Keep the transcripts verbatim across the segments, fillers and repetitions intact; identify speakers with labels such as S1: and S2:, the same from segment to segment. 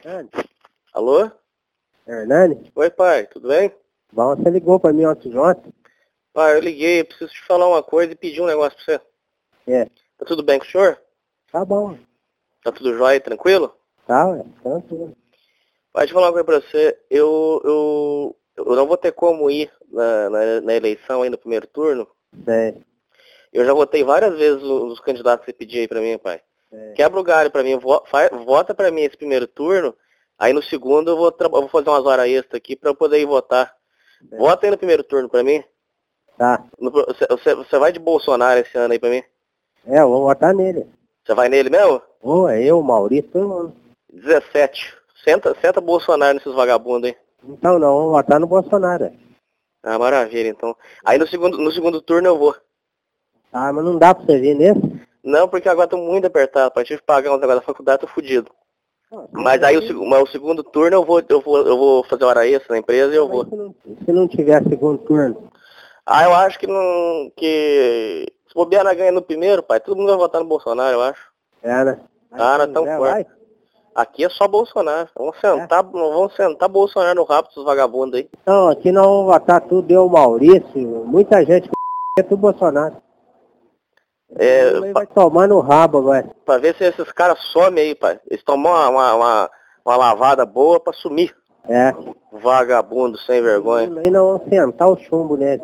S1: Hernani?
S2: Alô?
S1: Hernani?
S2: Oi, pai, tudo bem?
S1: Bom, você ligou pra mim ontem, ontem?
S2: Pai, eu liguei, eu preciso te falar uma coisa e pedir um negócio pra você.
S1: É.
S2: Tá tudo bem com o senhor?
S1: Tá bom.
S2: Tá tudo jóia, tranquilo?
S1: Tá, ué. Tranquilo.
S2: Pai, deixa eu falar uma coisa pra você. Eu, eu, eu não vou ter como ir na, na, na eleição aí no primeiro turno.
S1: É.
S2: Eu já votei várias vezes nos candidatos que você pediu aí pra mim, pai.
S1: É.
S2: Quebra o galho pra mim, vo, fa, vota pra mim esse primeiro turno, aí no segundo eu vou, eu vou fazer umas horas extras aqui pra eu poder ir votar. É. Vota aí no primeiro turno pra mim.
S1: Tá.
S2: No, você, você, você vai de Bolsonaro esse ano aí pra mim?
S1: É, eu vou votar nele.
S2: Você vai nele mesmo?
S1: Ô, é eu, Maurício, todo mundo.
S2: dezessete. Senta, senta Bolsonaro nesses vagabundos aí.
S1: Então não, vou votar no Bolsonaro.
S2: Ah, maravilha, então. Aí no segundo, no segundo turno eu vou.
S1: Ah, mas não dá pra você vir nesse?
S2: Não, porque agora tô muito apertado, pai. Tive que pagar uns negócios da faculdade, tô fudido.
S1: Ah,
S2: mas aí o, mas o segundo turno eu vou, eu vou, eu vou fazer hora extra na empresa e eu vou.
S1: Se não, se não tiver segundo turno?
S2: Ah, eu acho que não. Que. Se bobear na ganha no primeiro, pai, todo mundo vai votar no Bolsonaro, eu acho.
S1: É, né?
S2: Ah, não é tão forte. Aqui é só Bolsonaro. Vamos sentar, é. Vamos sentar Bolsonaro no rabo dos vagabundos aí.
S1: Não, aqui nós vamos votar tudo, eu, Maurício, muita gente é tudo Bolsonaro.
S2: É,
S1: ele vai tomar no rabo agora.
S2: Pra ver se esses caras somem aí, pai. Eles tomam uma, uma, uma, uma lavada boa pra sumir.
S1: É.
S2: Vagabundo, sem vergonha.
S1: Aí nós vamos sentar o chumbo nele.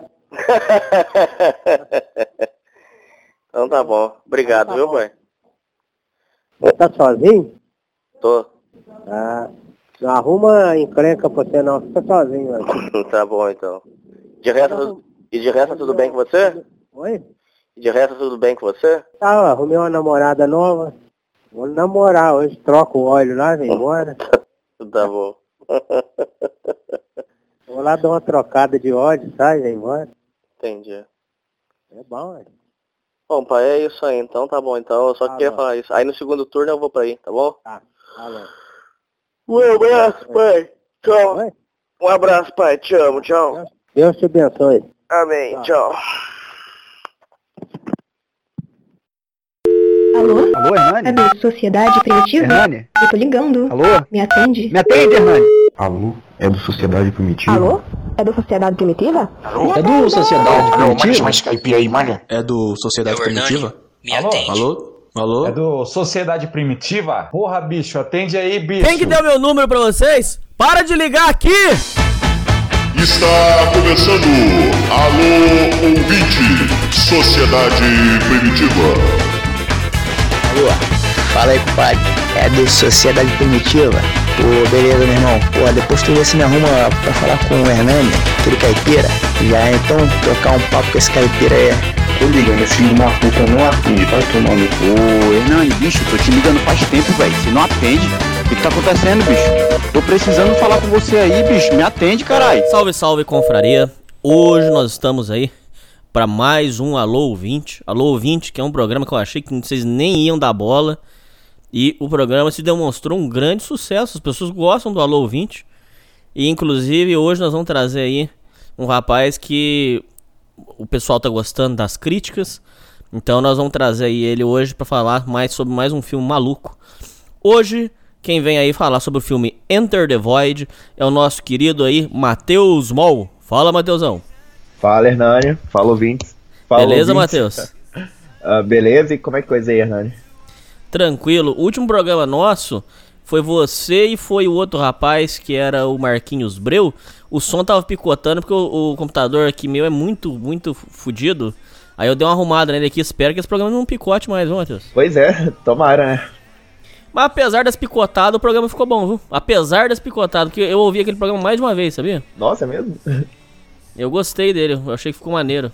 S2: Então tá bom. Obrigado, então tá viu, bom. Pai?
S1: Você tá sozinho?
S2: Tô.
S1: Ah, não arruma encrenca pra você não, fica sozinho, velho.
S2: Tá bom, então. De resto, e de resto tudo bem com você?
S1: Oi?
S2: E de resto tudo bem com você?
S1: Tá, arrumei uma namorada nova. Vou namorar hoje, troco o óleo lá, vem embora.
S2: Tá bom.
S1: Vou lá dar uma trocada de óleo, sai, vem embora.
S2: Entendi.
S1: É bom, velho.
S2: Bom, pai, é isso aí, então tá bom, então eu só tá queria bom. falar isso. Aí no segundo turno eu vou pra aí, tá bom?
S1: Tá, tá bom.
S2: Um abraço, pai. Tchau. Oi? Um abraço, pai. Te amo, tchau.
S1: Deus te abençoe.
S2: Amém, tchau. tchau.
S3: Alô?
S4: Alô, Hernani?
S3: É do Sociedade Primitiva?
S4: Hernani?
S3: Eu tô ligando.
S4: Alô?
S3: Me atende?
S4: Me atende, Hernani?
S5: Alô? É do Sociedade Primitiva?
S3: Alô? É do Sociedade Primitiva?
S4: Alô? É do Sociedade Primitiva?
S5: Mais caipira aí, malha.
S6: É do Sociedade
S7: é
S6: Primitiva?
S7: Me atende.
S6: Alô? Alô?
S8: É do Sociedade Primitiva? Porra, bicho, atende aí, bicho.
S9: Quem que deu meu número pra vocês? Para de ligar aqui!
S10: Está começando Alô Ouvinte, Sociedade Primitiva.
S11: Alô, fala aí, compadre. É do Sociedade Primitiva? Pô, beleza, meu irmão. Pô, depois tu vê se me arruma pra falar com o Hernani, aquele caipira. Já então trocar um papo com esse caipira aí.
S5: Tô ligando, esse filho de uma puta não atende, vai tomar no cu.
S12: Ô, Hernani, bicho, tô te ligando faz tempo, velho. Se não atende, o que, que tá acontecendo, bicho? Tô precisando falar com você aí, bicho. Me atende, caralho.
S9: Salve, salve, confraria. Hoje nós estamos aí pra mais um Alô Ouvinte. Alô Ouvinte, que é um programa que eu achei que vocês nem iam dar bola. E o programa se demonstrou um grande sucesso. As pessoas gostam do Alô Ouvinte. E inclusive hoje nós vamos trazer aí um rapaz que o pessoal tá gostando das críticas. Então nós vamos trazer aí ele hoje pra falar mais sobre mais um filme maluco. Hoje quem vem aí falar sobre o filme Enter the Void é o nosso querido aí Matheus Moll. Fala, Matheusão.
S13: Fala, Hernani. Fala, ouvintes. Fala,
S9: beleza, Matheus?
S13: uh, beleza, e como é que coisa aí, Hernani?
S9: Tranquilo. O último programa nosso foi você e foi o outro rapaz que era o Marquinhos Breu. O som tava picotando porque o, o computador aqui meu é muito, muito fudido. Aí eu dei uma arrumada nele aqui, espero que esse programa não picote mais, viu, Matheus?
S13: Pois é, tomara, né?
S9: Mas apesar das picotadas, o programa ficou bom, viu? Apesar das picotadas, porque eu ouvi aquele programa mais de uma vez, sabia?
S13: Nossa, é mesmo?
S9: Eu gostei dele, eu achei que ficou maneiro.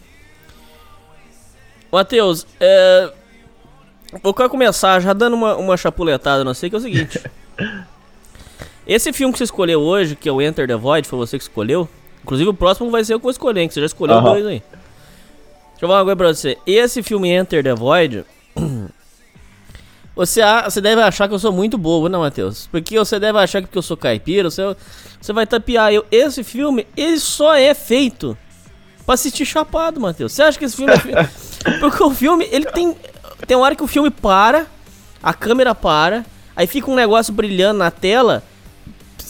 S9: Matheus, é... eu quero começar já dando uma, uma chapuletada, não sei, que é o seguinte. Esse filme que você escolheu hoje, que é o Enter the Void, foi você que escolheu. Inclusive o próximo vai ser eu que vou escolher, hein, que você já escolheu uhum. dois aí. Deixa eu falar uma coisa pra você. Esse filme Enter the Void... Você, você deve achar que eu sou muito bobo, né, Matheus? Porque você deve achar que porque eu sou caipira, você, você vai tapear eu. Esse filme, ele só é feito pra assistir chapado, Matheus. Você acha que esse filme é feito... Porque o filme, ele tem... Tem uma hora que o filme para, a câmera para, aí fica um negócio brilhando na tela,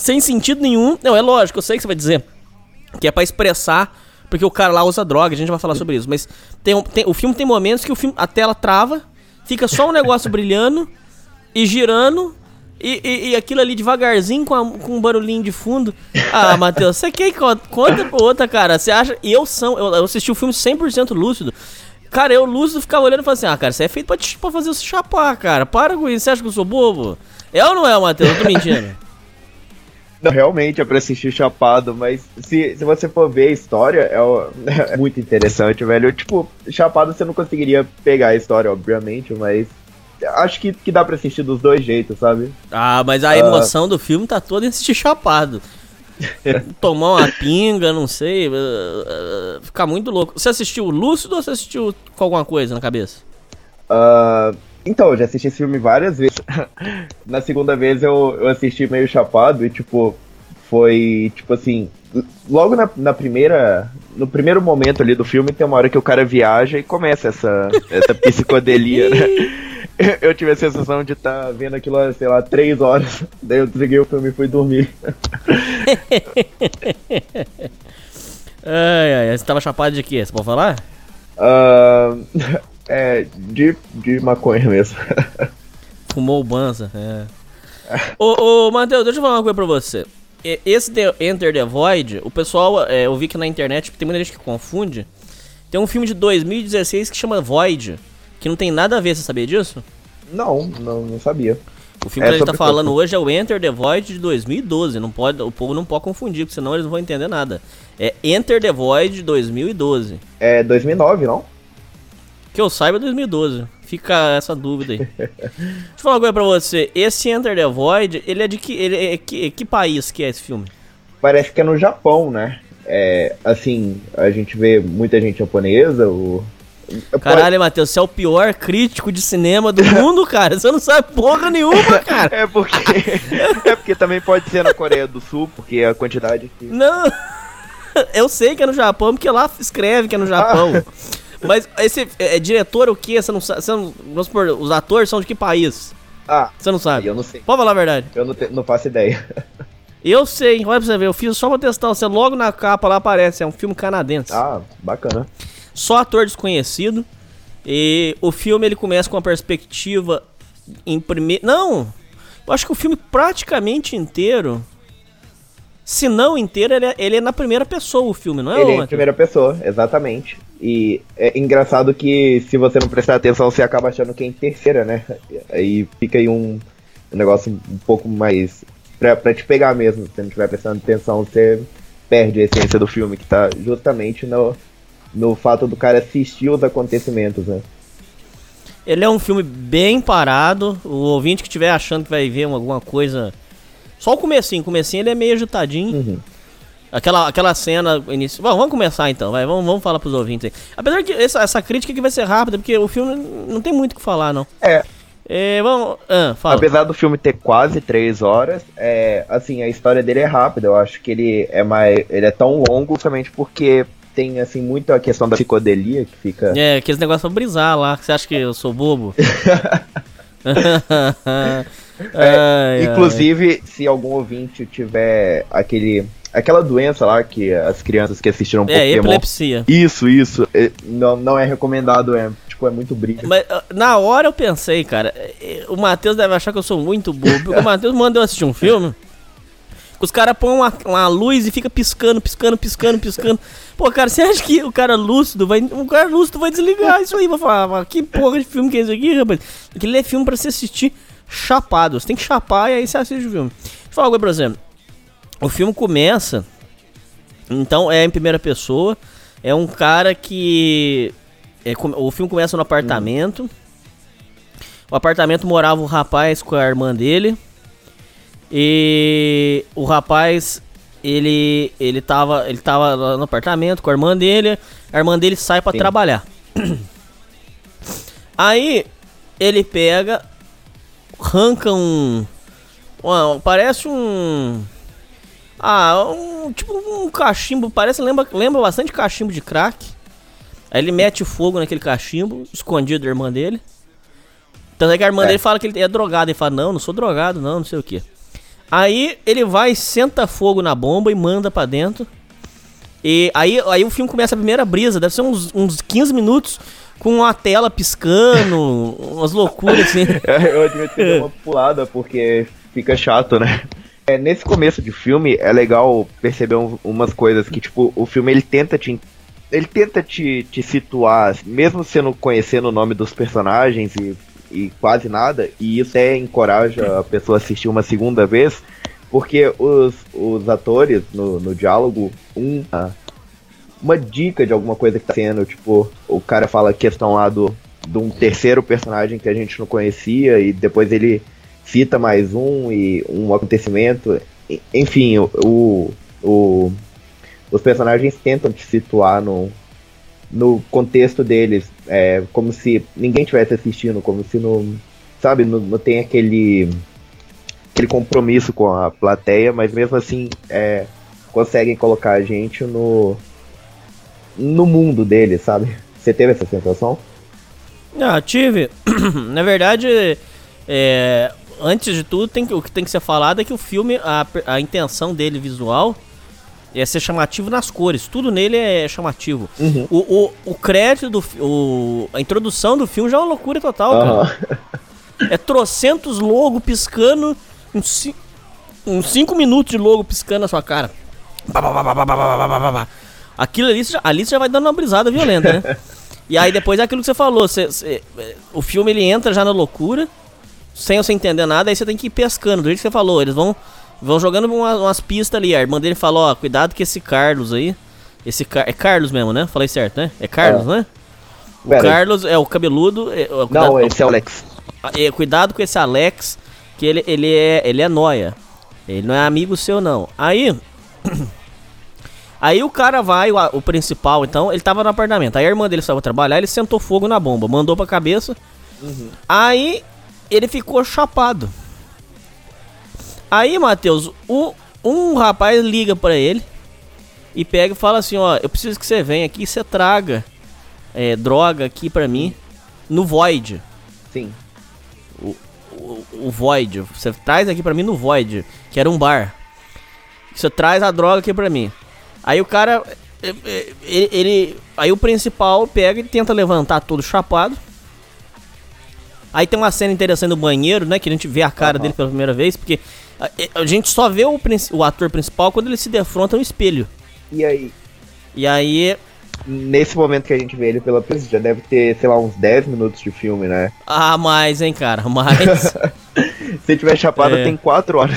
S9: sem sentido nenhum. Não, é lógico, eu sei que você vai dizer que é pra expressar, porque o cara lá usa droga, a gente vai falar sobre isso. Mas tem, tem, o filme tem momentos que o filme, a tela trava, fica só um negócio brilhando e girando, e, e, e aquilo ali devagarzinho com, a, com um barulhinho de fundo. Ah, Matheus, você quer que conta, conta pra outra, cara? Você acha... E eu, são, eu, eu assisti o filme cem por cento lúcido. Cara, eu lúcido ficava olhando e falava assim, ah, cara, você é feito pra, te, pra fazer você chapar, cara. Para com isso, você acha que eu sou bobo? É ou não é, Matheus? Eu tô mentindo.
S13: Não, realmente é pra assistir chapado, mas se, se você for ver a história, é, é muito interessante, velho. Tipo, chapado você não conseguiria pegar a história, obviamente, mas acho que, que dá pra assistir dos dois jeitos, sabe?
S9: Ah, mas a emoção uh... do filme tá toda em assistir chapado. Tomar uma pinga, não sei, uh, uh, ficar muito louco. Você assistiu lúcido ou você assistiu com alguma coisa na cabeça?
S13: Uh, então, eu já assisti esse filme várias vezes. Na segunda vez eu, eu assisti meio chapado e, tipo, foi, tipo assim, logo na, na primeira, no primeiro momento ali do filme tem uma hora que o cara viaja e começa essa, essa psicodelia, né? Eu tive a sensação de estar tá vendo aquilo, sei lá, três horas. Daí eu desliguei o filme e fui dormir.
S9: Ai, ai, você tava chapado de quê? Você pode falar?
S13: Uh, é, de, de maconha mesmo.
S9: Fumou banza, é. Ô, ô, Matheus, deixa eu falar uma coisa pra você. Esse The Enter the Void, o pessoal, é, eu vi que na internet tem muita gente que confunde. Tem um filme de dois mil e dezesseis que chama Void, que não tem nada a ver, você sabia disso?
S13: Não, não, não sabia.
S9: O filme é, que a gente tá falando como... hoje é o Enter the Void de dois mil e doze. Não pode, o povo não pode confundir, porque senão eles não vão entender nada. É Enter the Void de dois mil e doze.
S13: É dois mil e nove, não?
S9: Que eu saiba, dois mil e doze. Fica essa dúvida aí. Deixa eu falar uma coisa pra você. Esse Enter the Void, ele é de que, ele é, que, que país que é esse filme?
S13: Parece que é no Japão, né? É, assim, a gente vê muita gente japonesa, o...
S9: Caralho, Matheus, você é o pior crítico de cinema do mundo, cara. Você não sabe porra nenhuma, cara.
S13: É porque é porque também pode ser na Coreia do Sul, porque a quantidade que...
S9: Não, eu sei que é no Japão, porque lá escreve que é no Japão. Ah. Mas esse é, é diretor o quê? Você não sabe? Você não, vamos supor, os atores são de que país?
S13: Ah,
S9: você não sabe?
S13: Eu não sei.
S9: Pode falar a verdade.
S13: Eu não, te, não faço ideia.
S9: Eu sei, olha pra você ver, eu fiz só pra testar. Você logo na capa lá aparece, é um filme canadense.
S13: Ah, bacana.
S9: Só ator desconhecido. E o filme ele começa com uma perspectiva em primeiro... Não! Eu acho que o filme praticamente inteiro, se não inteiro, ele é, ele é na primeira pessoa o filme, não é?
S13: Ele é na primeira pessoa, exatamente. E é engraçado que se você não prestar atenção, você acaba achando que é em terceira, né? Aí fica aí um, um negócio um pouco mais... Pra, pra te pegar mesmo. Se você não estiver prestando atenção, você perde a essência do filme, que tá justamente no... no fato do cara assistir os acontecimentos, né?
S9: Ele é um filme bem parado. O ouvinte que estiver achando que vai ver alguma coisa... Só o comecinho, o comecinho ele é meio agitadinho.
S13: Uhum.
S9: Aquela, aquela cena inicial... Bom, vamos começar então, vai. Vamos, vamos falar pros ouvintes aí. Apesar que essa, essa crítica aqui vai ser rápida, porque o filme não tem muito o que falar, não.
S13: É.
S9: É, vamos... Ah, fala.
S13: Apesar do filme ter quase três horas, é, assim, a história dele é rápida. Eu acho que ele é mais... Ele é tão longo justamente porque... Tem, assim, muito a questão da psicodelia que fica...
S9: É, aqueles negócios pra brisar lá. Você acha que eu sou bobo?
S13: é, ai, inclusive, ai. Se algum ouvinte tiver aquele... Aquela doença lá que as crianças que assistiram
S9: é,
S13: Pokémon... É,
S9: epilepsia.
S13: Isso, isso. É, não, não é recomendado, é... Tipo, é muito brilho.
S9: Mas na hora eu pensei, cara... O Matheus deve achar que eu sou muito bobo. Porque o Matheus manda eu assistir um filme... Os caras põem uma, uma luz e fica piscando, piscando, piscando, piscando. Pô, cara, você acha que o cara lúcido vai... O cara lúcido vai desligar isso aí, vai falar, que porra de filme que é isso aqui, rapaz? Aquele é filme pra você assistir chapado. Você tem que chapar e aí você assiste o filme. Deixa eu falar uma coisa pra você. O filme começa... Então, é em primeira pessoa. É um cara que... É, o filme começa no apartamento. Hum. O apartamento morava um rapaz com a irmã dele. E o rapaz, ele ele tava, ele tava lá no apartamento com a irmã dele. A irmã dele sai pra Sim. trabalhar. Aí ele pega, arranca um, uma, parece um, ah, um tipo um cachimbo, parece lembra lembra bastante cachimbo de crack. Aí ele mete fogo naquele cachimbo, escondido da irmã dele. Tanto é que a irmã é. dele fala que ele é drogado. Ele fala, não, não sou drogado, não, não sei o que. Aí ele vai, senta fogo na bomba e manda pra dentro. E aí, aí o filme começa a primeira brisa, deve ser uns, uns quinze minutos com uma tela piscando, umas loucuras assim.
S13: Eu devia ter uma pulada porque fica chato, né? É, nesse começo de filme é legal perceber um, umas coisas que, tipo, o filme ele tenta te, ele tenta te, te situar, mesmo você não conhecendo o nome dos personagens e, e quase nada, e isso até encoraja a pessoa a assistir uma segunda vez, porque os, os atores no, no diálogo, um, uma dica de alguma coisa que tá sendo, tipo, o cara fala a questão lá do, de um terceiro personagem que a gente não conhecia, e depois ele cita mais um e um acontecimento. Enfim, o, o, os personagens tentam te situar no, no contexto deles, é, como se ninguém estivesse assistindo, como se não, sabe, não, não tem aquele, aquele compromisso com a plateia, mas mesmo assim é, conseguem colocar a gente no, no mundo deles, sabe? Você teve essa sensação?
S9: Ah, tive. Na verdade, é... antes de tudo, tem que, o que tem que ser falado é que o filme, a, a intenção dele visual é ser chamativo nas cores. Tudo nele é chamativo. Uhum. O, o, o crédito, do, o, a introdução do filme já é uma loucura total, uhum. cara. É trocentos logo piscando, uns, uns cinco minutos de logo piscando na sua cara. Aquilo ali, ali você já vai dando uma brisada violenta, né? E aí depois é aquilo que você falou, você, você, o filme ele entra já na loucura, sem você entender nada, aí você tem que ir pescando, do jeito que você falou, eles vão, vão jogando umas, umas pistas ali, a irmã dele falou, ó, cuidado que esse Carlos aí, esse Car- é Carlos mesmo, né? Falei certo, né? É Carlos, é. né? O Pera Carlos aí. É o cabeludo... É, é,
S13: Não, esse é o Alex.
S9: É, cuidado com esse Alex, que ele, ele, é, ele é nóia, ele não é amigo seu não. Aí... Aí o cara vai, o, o principal então, ele tava no apartamento, aí a irmã dele saiu pra trabalhar, ele sentou fogo na bomba, mandou pra cabeça, uhum. Aí... ele ficou chapado. Aí, Matheus, o, um rapaz liga pra ele e pega e fala assim, ó, eu preciso que você venha aqui e você traga é, droga aqui pra mim no Void.
S13: Sim.
S9: O, o, o Void. Você traz aqui pra mim no Void, que era um bar. Você traz a droga aqui pra mim. Aí o cara, ele, ele aí o principal pega e tenta levantar todo chapado. Aí tem uma cena interessante no banheiro, né? Que a gente vê a cara uhum. dele pela primeira vez. Porque a, a gente só vê o, o ator principal quando ele se defronta no espelho.
S13: E aí?
S9: E aí...
S13: Nesse momento que a gente vê ele pela primeira vez, já deve ter, sei lá, uns dez minutos de filme, né?
S9: Ah, mais, hein, cara? Mais.
S13: Se tiver chapado, é. Tem quatro horas.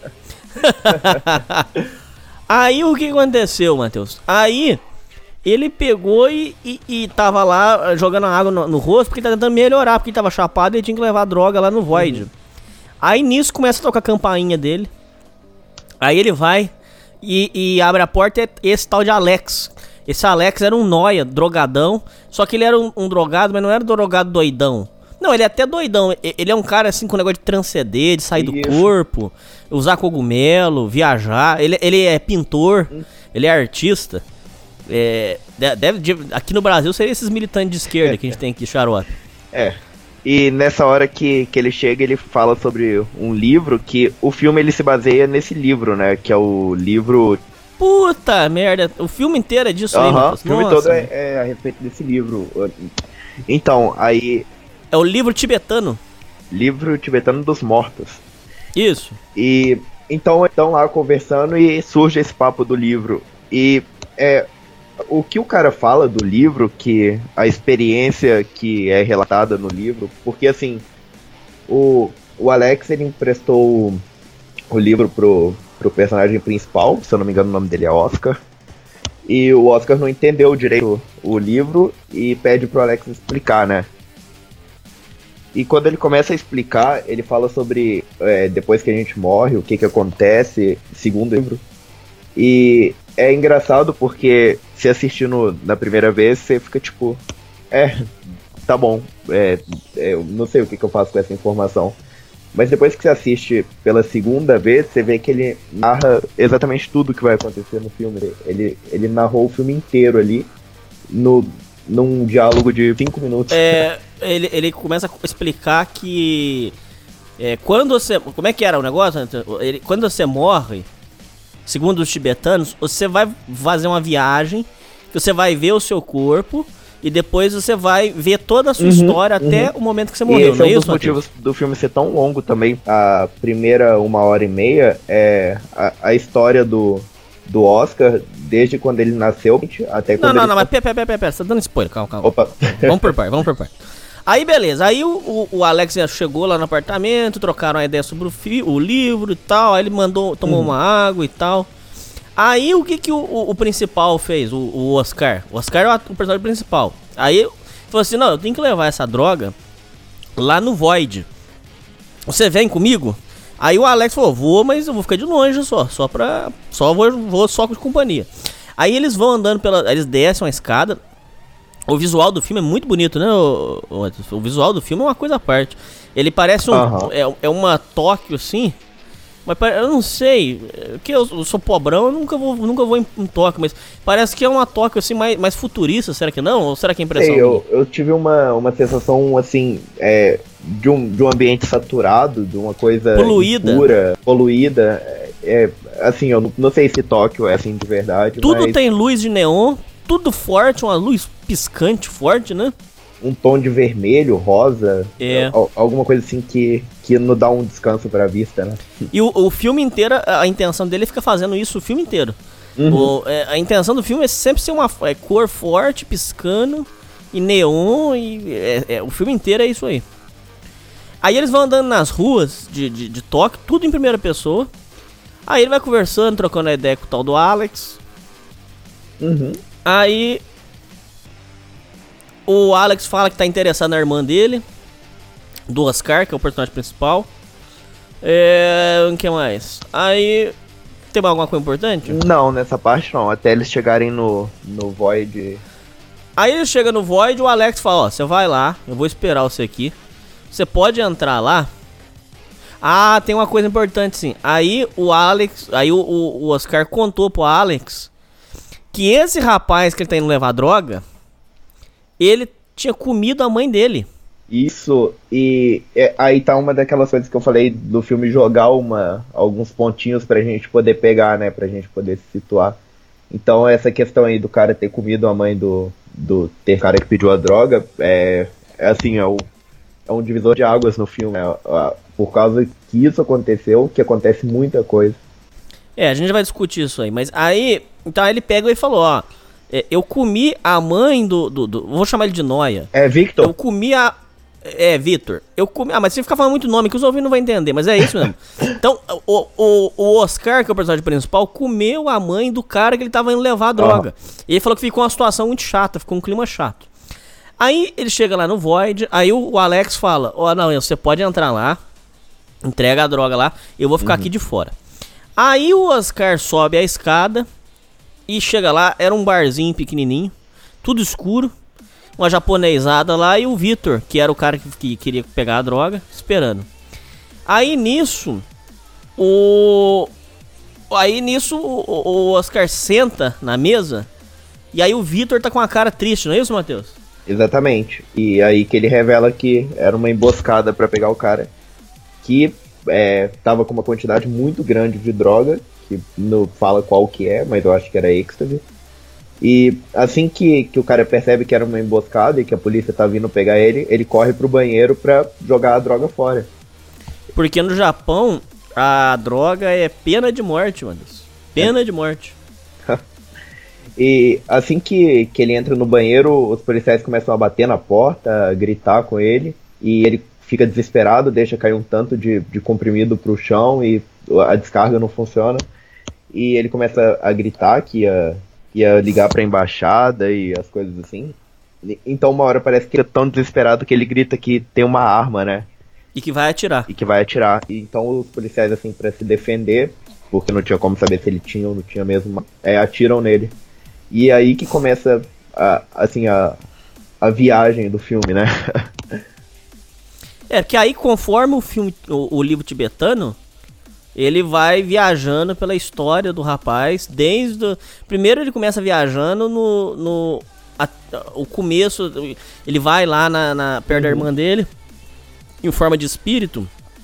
S9: Aí o que aconteceu, Matheus? Aí... ele pegou e, e, e tava lá jogando água no, no rosto porque tá tentando melhorar, porque ele tava chapado e ele tinha que levar droga lá no Void. Uhum. Aí nisso começa a tocar a campainha dele. Aí ele vai e, e abre a porta, é esse tal de Alex. Esse Alex era um nóia, drogadão. Só que ele era um, um drogado, mas não era drogado doidão. Não, ele é até doidão. Ele é um cara assim com negócio de transcender, de sair Isso. do corpo, usar cogumelo, viajar. Ele, ele é pintor, uhum. ele é artista. É, deve, aqui no Brasil seria esses militantes de esquerda que a gente tem aqui, xarope.
S13: É. E nessa hora que, que ele chega, ele fala sobre um livro que o filme ele se baseia nesse livro, né? Que é o livro...
S9: Puta merda, o filme inteiro é disso
S13: uhum,
S9: aí, Matheus.
S13: O filme Nossa. todo é, é a respeito desse livro. Então, aí...
S9: É o livro tibetano.
S13: Livro tibetano dos mortos.
S9: Isso.
S13: E então estão lá conversando e surge esse papo do livro. E é... o que o cara fala do livro, que a experiência que é relatada no livro, porque assim, o, o Alex ele emprestou o, o livro pro, pro personagem principal, se eu não me engano o nome dele é Oscar, e o Oscar não entendeu direito o livro e pede pro Alex explicar, né? E quando ele começa a explicar, ele fala sobre é, depois que a gente morre, o que que acontece, segundo o livro. E é engraçado porque se assistindo na primeira vez, você fica tipo, é, tá bom, é, é, eu não sei o que, que eu faço com essa informação. Mas depois que você assiste pela segunda vez, você vê que ele narra exatamente tudo que vai acontecer no filme. Ele, ele narrou o filme inteiro ali, no, num diálogo de cinco minutos.
S9: É, ele, ele começa a explicar que É, quando você... Como é que era o negócio? Ele, quando você morre, segundo os tibetanos, você vai fazer uma viagem, que você vai ver o seu corpo, e depois você vai ver toda a sua uhum, uhum. história até o momento que você morreu,
S13: e
S9: não é
S13: isso? É um
S9: dos
S13: motivos do filme ser tão longo também. A primeira uma hora e meia é a, a história do, do Oscar, desde quando ele nasceu até quando
S9: Não, não,
S13: ele...
S9: não, mas pera, pera, pera, pera, você tá dando spoiler, calma, calma.
S13: Opa.
S9: Vamos por parte, vamos por parte. Aí beleza, aí o, o, o Alex chegou lá no apartamento, trocaram a ideia sobre o, fi, o livro e tal, aí ele mandou, tomou uhum. uma água e tal. Aí o que que o, o, o principal fez, o, o Oscar? O Oscar é o, o personagem principal. Aí falou assim, não, eu tenho que levar essa droga lá no Void. Você vem comigo? Aí o Alex falou, vou, mas eu vou ficar de longe só, só pra... Só vou, vou só com companhia. Aí eles vão andando pela... Eles descem uma escada. O visual do filme é muito bonito, né? O, o, o visual do filme é uma coisa à parte. Ele parece um... Uhum. É, é uma Tóquio, assim. Mas eu não sei. Porque eu, eu sou pobrão, eu nunca vou, nunca vou em, em Tóquio. Mas parece que é uma Tóquio, assim, mais, mais futurista. Será que não? Ou será que é impressão?
S13: Sei, eu, eu tive uma, uma sensação, assim... É, de, um, de um ambiente saturado, de uma coisa...
S9: Poluída.
S13: Pura, poluída. É, assim, eu não, não sei se Tóquio é assim de verdade.
S9: Tudo
S13: mas...
S9: tem luz de neon. Tudo forte, uma luz piscante forte, né?
S13: Um tom de vermelho, rosa,
S9: é.
S13: alguma coisa assim que, que não dá um descanso pra vista, né?
S9: E o, o filme inteiro, a intenção dele é ficar fazendo isso o filme inteiro. Uhum. O, é, a intenção do filme é sempre ser uma é, cor forte, piscando, e neon, e é, é, o filme inteiro é isso aí. Aí eles vão andando nas ruas de, de, de Tóquio, tudo em primeira pessoa. Aí ele vai conversando, trocando a ideia com o tal do Alex.
S13: Uhum.
S9: Aí o Alex fala que tá interessado na irmã dele, do Oscar, que é o personagem principal. É... O que mais? Aí... Tem alguma coisa importante?
S13: Não, nessa parte não. Até eles chegarem no, no Void.
S9: Aí ele chega no Void e o Alex fala, ó, você vai lá, eu vou esperar você aqui. Você pode entrar lá. Ah, tem uma coisa importante sim. Aí o Alex... Aí o, o, o Oscar contou pro Alex que esse rapaz que ele tá indo levar droga, ele tinha comido a mãe dele.
S13: Isso, e é, aí tá uma daquelas coisas que eu falei do filme jogar uma, alguns pontinhos pra gente poder pegar, né, pra gente poder se situar. Então essa questão aí do cara ter comido a mãe do, do ter cara que pediu a droga, é, é assim, é, o, é um divisor de águas no filme, é, é, por causa que isso aconteceu, que acontece muita coisa.
S9: É, a gente vai discutir isso aí, mas aí, então aí ele pega e falou, ó, é, eu comi a mãe do, do, do, vou chamar ele de Noia.
S13: É, Victor.
S9: Eu comi a, é, Victor, eu comi, ah, mas você fica falando muito nome que os ouvintes não vão entender, mas é isso mesmo. Então, o, o, o Oscar, que é o personagem principal, comeu a mãe do cara que ele tava indo levar a droga. Uhum. E ele falou que ficou uma situação muito chata, ficou um clima chato. Aí ele chega lá no Void, aí o, o Alex fala, ó, oh, não, você pode entrar lá, entrega a droga lá, eu vou ficar uhum. aqui de fora. Aí o Oscar sobe a escada e chega lá, era um barzinho pequenininho, tudo escuro, uma japonesada lá e o Victor, que era o cara que, que queria pegar a droga, esperando. Aí nisso, o... Aí nisso o, o Oscar senta na mesa e aí o Victor tá com a cara triste, não é isso, Matheus?
S13: Exatamente. E aí que ele revela que era uma emboscada pra pegar o cara, que... É, tava com uma quantidade muito grande de droga, que não fala qual que é, mas eu acho que era êxtase. E assim que, que o cara percebe que era uma emboscada e que a polícia tá vindo pegar ele, ele corre pro banheiro pra jogar a droga fora.
S9: Porque no Japão, a droga é pena de morte, mano. Pena é. de morte.
S13: E assim que, que ele entra no banheiro, os policiais começam a bater na porta, a gritar com ele, e ele fica desesperado, deixa cair um tanto de, de comprimido pro chão e a descarga não funciona. E ele começa a gritar que ia, ia ligar pra embaixada e as coisas assim. Então uma hora parece que ele é tão desesperado que ele grita que tem uma arma, né?
S9: E que vai atirar.
S13: E que vai atirar. E então os policiais, assim, pra se defender, porque não tinha como saber se ele tinha ou não tinha mesmo, é, atiram nele. E é aí que começa, a, assim, a, a viagem do filme, né?
S9: É, que aí conforme o filme, o, o livro tibetano, ele vai viajando pela história do rapaz, desde... O, primeiro ele começa viajando no... no a, o começo, ele vai lá na, na, perto uhum. da irmã dele, em forma de espírito,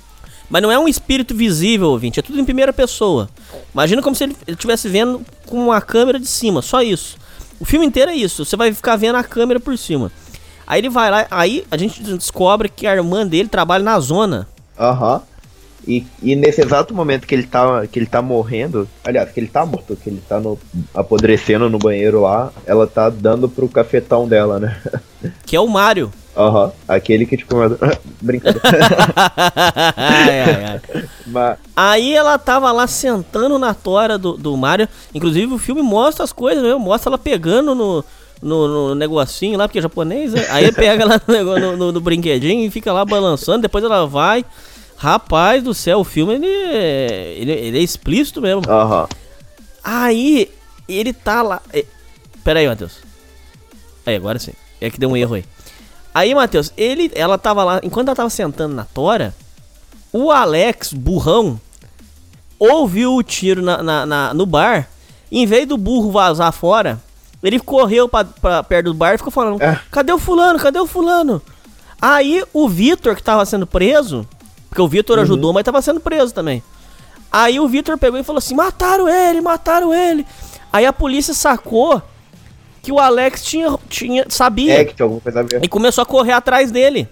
S9: Mas não é um espírito visível, ouvinte, é tudo em primeira pessoa. Imagina como se ele estivesse vendo com uma câmera de cima, só isso. O filme inteiro é isso, você vai ficar vendo a câmera por cima. Aí ele vai lá, aí a gente descobre que a irmã dele trabalha na zona.
S13: Aham. Uhum. E, e nesse exato momento que ele tá, que ele tá morrendo, aliás, que ele tá morto, que ele tá no, apodrecendo no banheiro lá, ela tá dando pro cafetão dela, né?
S9: Que é o Mário.
S13: Aham, uhum. Aquele que tipo... Brincadeira.
S9: ai, ai, ai. Mas... Aí ela tava lá sentando na tora do, do Mário. Inclusive o filme mostra as coisas mesmo, mostra ela pegando no... No, no negocinho lá, porque é japonês, né? Aí ele pega lá no, no, no, no brinquedinho e fica lá balançando, depois ela vai. Rapaz do céu, o filme ele é, ele, ele é explícito mesmo.
S13: Uhum.
S9: Aí ele tá lá. É, pera aí, Matheus. Aí, agora sim. É que deu um erro aí. Aí, Matheus, ele, ela tava lá, enquanto ela tava sentando na tora, o Alex, burrão, ouviu o tiro na, na, na, no bar. Em vez do burro vazar fora, ele correu pra, pra perto do bar e ficou falando: é. Cadê o fulano? Cadê o fulano? Aí o Vitor, que tava sendo preso, porque o Vitor uhum. ajudou, mas tava sendo preso também. Aí o Vitor pegou e falou assim: mataram ele, mataram ele. Aí a polícia sacou que o Alex tinha, tinha sabia.
S13: É, que tinha alguma coisa a ver.
S9: E começou a correr atrás dele.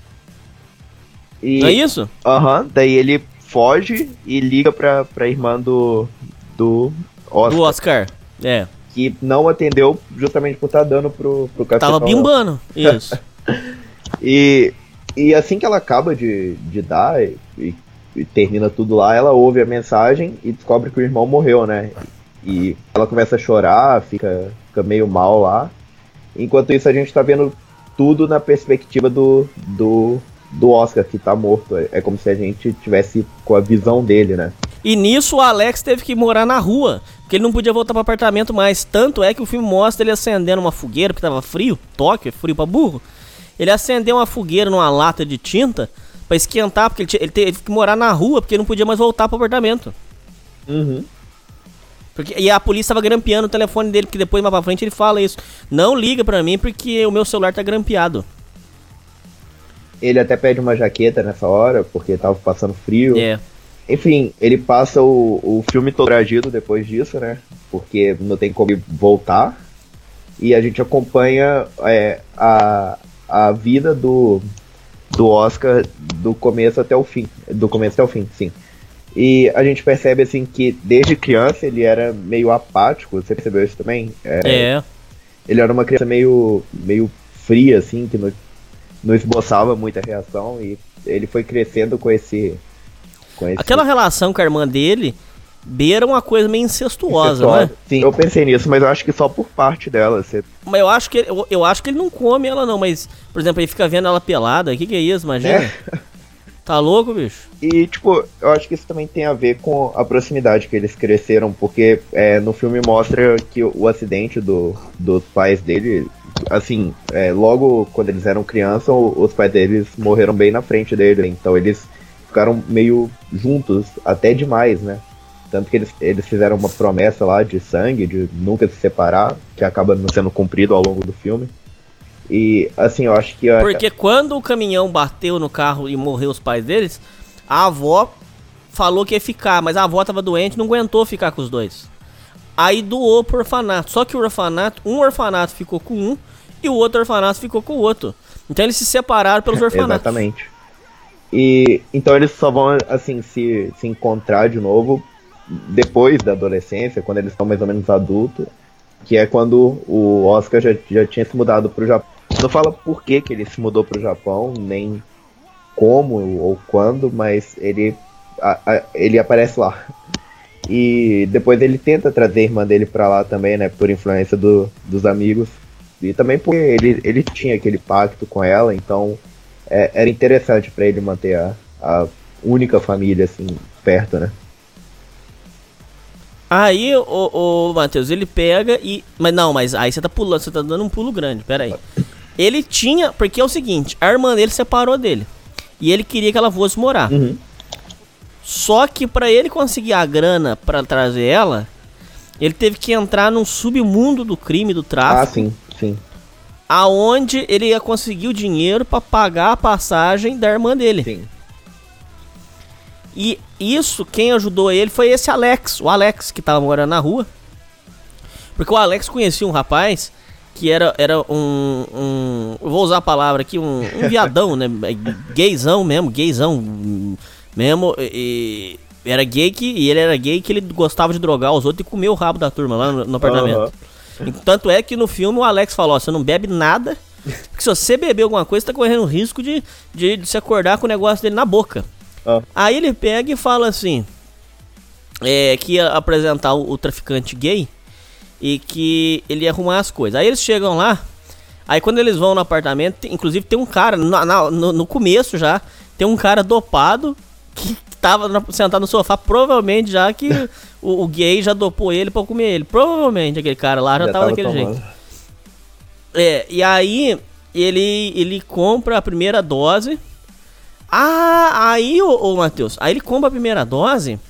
S13: E...
S9: Não é isso?
S13: Aham, uhum, daí ele foge e liga pra, pra irmã do, do Oscar.
S9: Do Oscar, é.
S13: Que não atendeu justamente por estar dando pro, pro cafetão.
S9: Tava bimbando, isso.
S13: e, e assim que ela acaba de, de dar e, e, e termina tudo lá, ela ouve a mensagem e descobre que o irmão morreu, né? E ela começa a chorar, fica, fica meio mal lá. Enquanto isso a gente tá vendo tudo na perspectiva do, do, do Oscar, que tá morto. É como se a gente tivesse com a visão dele, né?
S9: E nisso o Alex teve que morar na rua, porque ele não podia voltar pro apartamento mais. Tanto é que o filme mostra ele acendendo uma fogueira, porque tava frio, Tóquio, frio pra burro. Ele acendeu uma fogueira numa lata de tinta pra esquentar, porque ele, tinha, ele teve que morar na rua, porque ele não podia mais voltar pro apartamento.
S13: Uhum.
S9: Porque, e a polícia tava grampeando o telefone dele, porque depois mais pra frente ele fala isso: não liga pra mim porque o meu celular tá grampeado.
S13: Ele até pede uma jaqueta nessa hora, porque tava passando frio.
S9: É. Yeah.
S13: Enfim, ele passa o, o filme todo agido depois disso, né? Porque não tem como voltar. E a gente acompanha é, a, a vida do, do Oscar do começo até o fim. Do começo até o fim, sim. E a gente percebe, assim, que desde criança ele era meio apático. Você percebeu isso também? É.
S9: é.
S13: Ele era uma criança meio, meio fria, assim, que não, não esboçava muita reação. E ele foi crescendo com esse...
S9: Aquela relação com a irmã dele beira uma coisa meio incestuosa,
S13: Incestuosa.
S9: né?
S13: Sim, eu pensei nisso, mas eu acho que só por parte dela. Você...
S9: Mas eu acho, que ele, eu, eu acho que ele não come ela não, mas, por exemplo, ele fica vendo ela pelada, o que que é isso, imagina? É. Tá louco, bicho?
S13: E, tipo, eu acho que isso também tem a ver com a proximidade que eles cresceram, porque é, no filme mostra que o, o acidente do, dos pais dele, assim, é, logo quando eles eram crianças, os pais deles morreram bem na frente dele, então eles ficaram meio juntos, até demais, né? Tanto que eles, eles fizeram uma promessa lá de sangue, de nunca se separar, que acaba não sendo cumprido ao longo do filme. E, assim, eu acho que... A...
S9: Porque quando o caminhão bateu no carro e morreu os pais deles, a avó falou que ia ficar, mas a avó tava doente, não aguentou ficar com os dois. Aí doou pro orfanato. Só que o orfanato, um orfanato ficou com um e o outro orfanato ficou com o outro. Então eles se separaram pelos orfanatos.
S13: Exatamente. E então eles só vão, assim, se, se encontrar de novo depois da adolescência, quando eles estão mais ou menos adultos, que é quando o Oscar já, já tinha se mudado pro Japão. Não fala por que que ele se mudou pro Japão, nem como ou quando, mas ele, a, a, ele aparece lá. E depois ele tenta trazer a irmã dele pra lá também, né, por influência do, dos amigos. E também porque ele, ele tinha aquele pacto com ela, então... É, era interessante pra ele manter a, a única família, assim, perto, né?
S9: Aí, o, o Matheus, ele pega e... Mas não, mas aí você tá pulando, você tá dando um pulo grande, pera aí. Ele tinha... Porque é o seguinte, a irmã dele separou dele. E ele queria que ela fosse morar.
S13: Uhum.
S9: Só que pra ele conseguir a grana pra trazer ela, ele teve que entrar num submundo do crime, do tráfico.
S13: Ah, sim, sim.
S9: Aonde ele ia conseguir o dinheiro pra pagar a passagem da irmã dele.
S13: Sim.
S9: E isso, quem ajudou ele foi esse Alex, o Alex que tava morando na rua. Porque o Alex conhecia um rapaz que era, era um, um... Eu vou usar a palavra aqui, um, um viadão, né? Gayzão mesmo, gayzão mesmo. E, era gay que, e ele era gay que ele gostava de drogar os outros e comer o rabo da turma lá no, no apartamento. Uhum. Tanto é que no filme o Alex falou, ó, você não bebe nada, porque se você beber alguma coisa, você tá correndo o risco de, de, de se acordar com o negócio dele na boca. Uhum. Aí ele pega e fala assim, é, que ia apresentar o, o traficante gay e que ele ia arrumar as coisas. Aí eles chegam lá, aí quando eles vão no apartamento, tem, inclusive tem um cara, na, na, no, no começo já, tem um cara dopado que tava sentado no sofá, provavelmente já que o, o gay já dopou ele pra comer ele. Provavelmente aquele cara lá já, já tava, tava daquele tomando. jeito. É, e aí ele, ele compra a primeira dose. Ah, aí, ô, ô Matheus, aí ele compra a primeira dose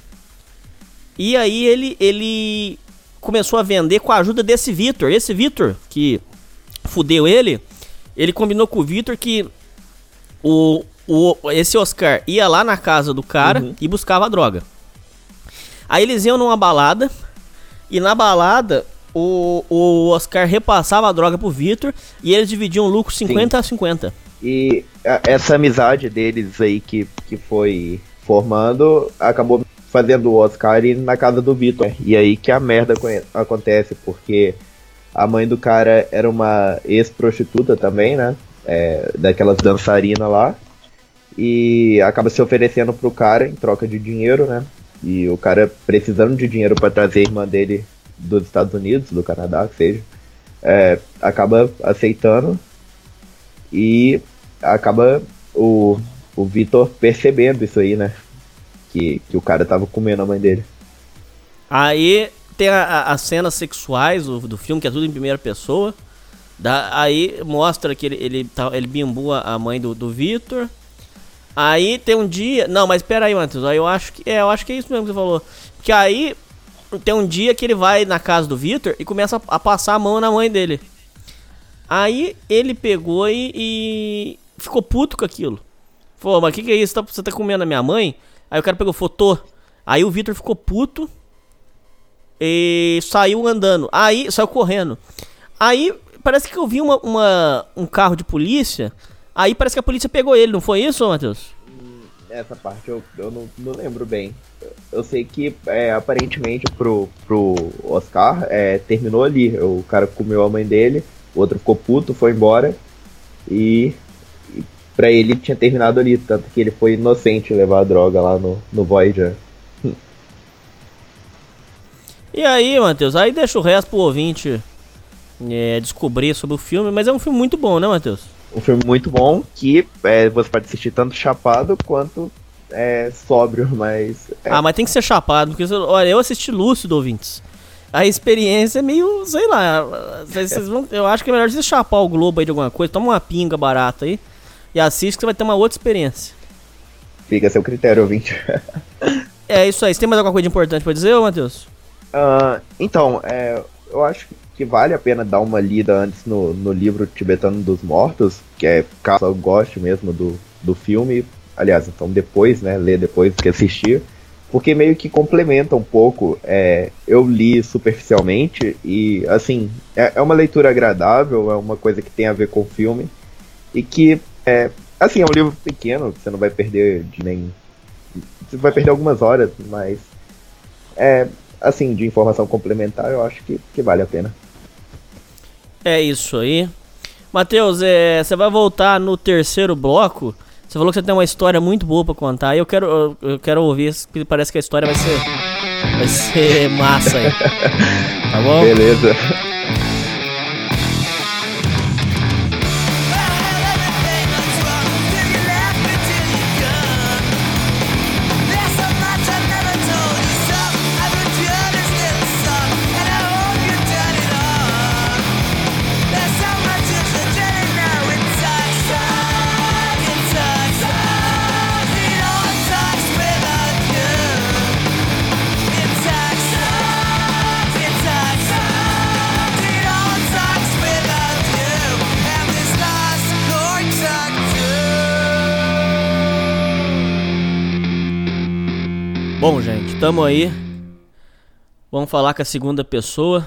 S9: e aí ele, ele começou a vender com a ajuda desse Vitor. Esse Vitor que fudeu ele, ele combinou com o Vitor que o, o, esse Oscar ia lá na casa do cara uhum. e buscava a droga. Aí eles iam numa balada e na balada o, o Oscar repassava a droga pro Vitor e eles dividiam o lucro cinquenta a cinquenta.
S13: E a, essa amizade deles aí que, que foi formando acabou fazendo o Oscar ir na casa do Vitor. E aí que a merda acontece, porque a mãe do cara era uma ex-prostituta também, né? É, daquelas dançarinas lá. E acaba se oferecendo pro cara em troca de dinheiro, né? E o cara precisando de dinheiro para trazer a irmã dele dos Estados Unidos, do Canadá, que seja, é, acaba aceitando. E acaba o, o Vitor percebendo isso aí, né? Que, que o cara tava comendo a mãe dele.
S9: Aí tem a, as cenas sexuais do, do filme, que é tudo em primeira pessoa. Da, aí mostra que ele, ele, tá, ele bimbua a mãe do, do Vitor. Aí tem um dia... Não, mas pera aí, Matheus. Aí eu acho que, é, eu acho que é isso mesmo que você falou. Porque aí tem um dia que ele vai na casa do Vitor e começa a, a passar a mão na mãe dele. Aí ele pegou e, e ficou puto com aquilo. Falou, mas o que, que é isso? Você tá comendo a minha mãe? Aí o cara pegou, fotou. Aí o Vitor ficou puto e saiu andando. Aí, saiu correndo. Aí parece que eu vi uma, uma, um carro de polícia. Aí parece que a polícia pegou ele, não foi isso, Matheus?
S13: Essa parte eu, eu não, não lembro bem. Eu sei que é, aparentemente pro, pro Oscar é, terminou ali. O cara comeu a mãe dele, o outro ficou puto, foi embora. E, e pra ele tinha terminado ali. Tanto que ele foi inocente levar a droga lá no, no Voyager.
S9: E aí, Matheus, aí deixa o resto pro ouvinte é, descobrir sobre o filme. Mas é um filme muito bom, né, Matheus?
S13: Um filme muito bom que é, você pode assistir tanto chapado quanto é, sóbrio, mas... É.
S9: Ah, mas tem que ser chapado, porque, olha, eu assisti lúcido, ouvintes. A experiência é meio, sei lá, vocês, vocês vão, eu acho que é melhor você chapar o globo aí de alguma coisa, toma uma pinga barata aí e assiste que você vai ter uma outra experiência.
S13: Fica a seu critério, ouvinte.
S9: É isso aí, você tem mais alguma coisa importante pra dizer, ô Matheus?
S13: Uh, então, é, eu acho que vale a pena dar uma lida antes no, no livro Tibetano dos Mortos, que é, caso eu goste mesmo do, do filme, aliás, então depois, né, ler depois que assistir, porque meio que complementa um pouco. É, eu li superficialmente e, assim, é, é uma leitura agradável, é uma coisa que tem a ver com o filme, e que, é, assim, é um livro pequeno, você não vai perder de nem... Você vai perder algumas horas, mas, é, assim, de informação complementar, eu acho que, que vale a pena.
S9: É isso aí. Matheus, é, você vai voltar no terceiro bloco. Você falou que você tem uma história muito boa pra contar. E eu quero, eu, eu quero ouvir, porque parece que a história vai ser, vai ser massa aí. Tá bom?
S13: Beleza.
S9: Bom, gente, tamo aí. Vamos falar com a segunda pessoa.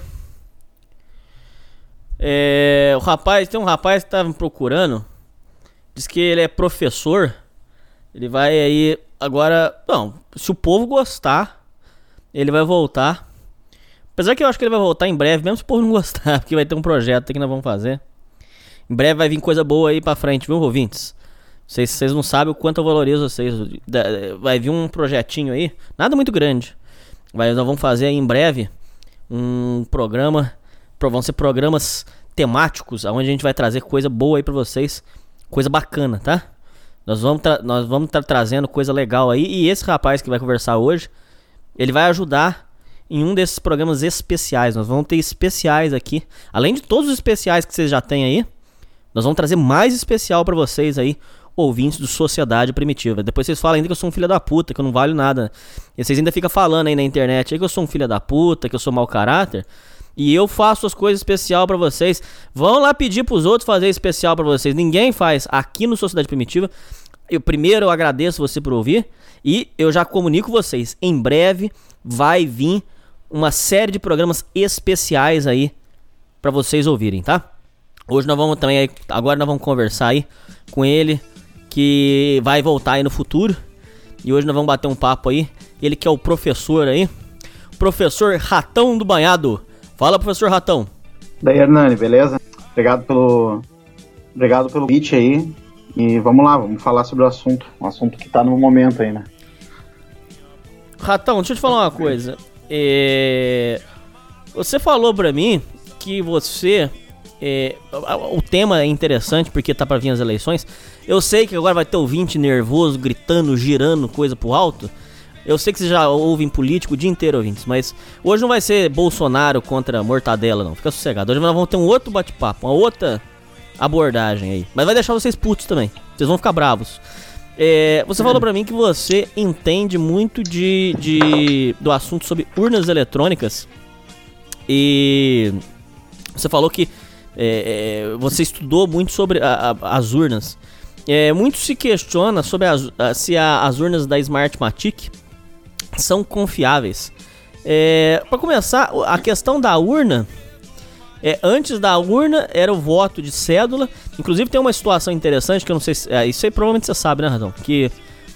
S9: É, o rapaz, tem um rapaz que tava me procurando. Diz que ele é professor. Ele vai aí agora. Não, se o povo gostar, ele vai voltar. Apesar que eu acho que ele vai voltar em breve, mesmo se o povo não gostar, porque vai ter um projeto que nós vamos fazer. Em breve vai vir coisa boa aí pra frente, viu, ouvintes? Vocês, vocês não sabem o quanto eu valorizo vocês. Vai vir um projetinho aí, nada muito grande. Mas nós vamos fazer aí em breve um programa. Vão ser programas temáticos, onde a gente vai trazer coisa boa aí pra vocês. Coisa bacana, tá? Nós vamos tra- nós vamos estar tá trazendo coisa legal aí. E esse rapaz que vai conversar hoje, ele vai ajudar em um desses programas especiais. Nós vamos ter especiais aqui. Além de todos os especiais que vocês já têm aí, nós vamos trazer mais especial pra vocês aí, ouvintes do Sociedade Primitiva. Depois vocês falam ainda que eu sou um filho da puta, que eu não valho nada. E vocês ainda ficam falando aí na internet aí que eu sou um filho da puta, que eu sou mau caráter. E eu faço as coisas especial pra vocês. Vão lá pedir pros outros fazer especial pra vocês. Ninguém faz aqui no Sociedade Primitiva. Eu primeiro eu agradeço você por ouvir. E eu já comunico vocês. Em breve vai vir uma série de programas especiais aí pra vocês ouvirem, tá? Hoje nós vamos também aí, agora nós vamos conversar aí com ele, que vai voltar aí no futuro. E hoje nós vamos bater um papo aí. Ele que é o professor aí, professor Ratão do Banhado. Fala, professor Ratão.
S6: Daí, Hernani, beleza? Obrigado pelo obrigado pelo convite aí. E vamos lá, vamos falar sobre o assunto. Um assunto que tá no momento aí, né?
S9: Ratão, deixa eu te falar uma coisa. É... Você falou pra mim que você... É... O tema é interessante porque tá pra vir as eleições. Eu sei que agora vai ter ouvinte nervoso, gritando, girando coisa pro alto. Eu sei que vocês já ouvem político o dia inteiro, ouvintes, mas hoje não vai ser Bolsonaro contra Mortadela, não. Fica sossegado. Hoje nós vamos ter um outro bate-papo, uma outra abordagem aí. Mas vai deixar vocês putos também. Vocês vão ficar bravos. É, você falou pra mim que você entende muito de, de do assunto sobre urnas eletrônicas. E você falou que é, você estudou muito sobre a, a, as urnas. É, muito se questiona sobre as, se a, as urnas da Smartmatic são confiáveis. É, para começar, a questão da urna, é, antes da urna era o voto de cédula. Inclusive tem uma situação interessante que eu não sei se, é, isso aí provavelmente você sabe, né, Radão? Que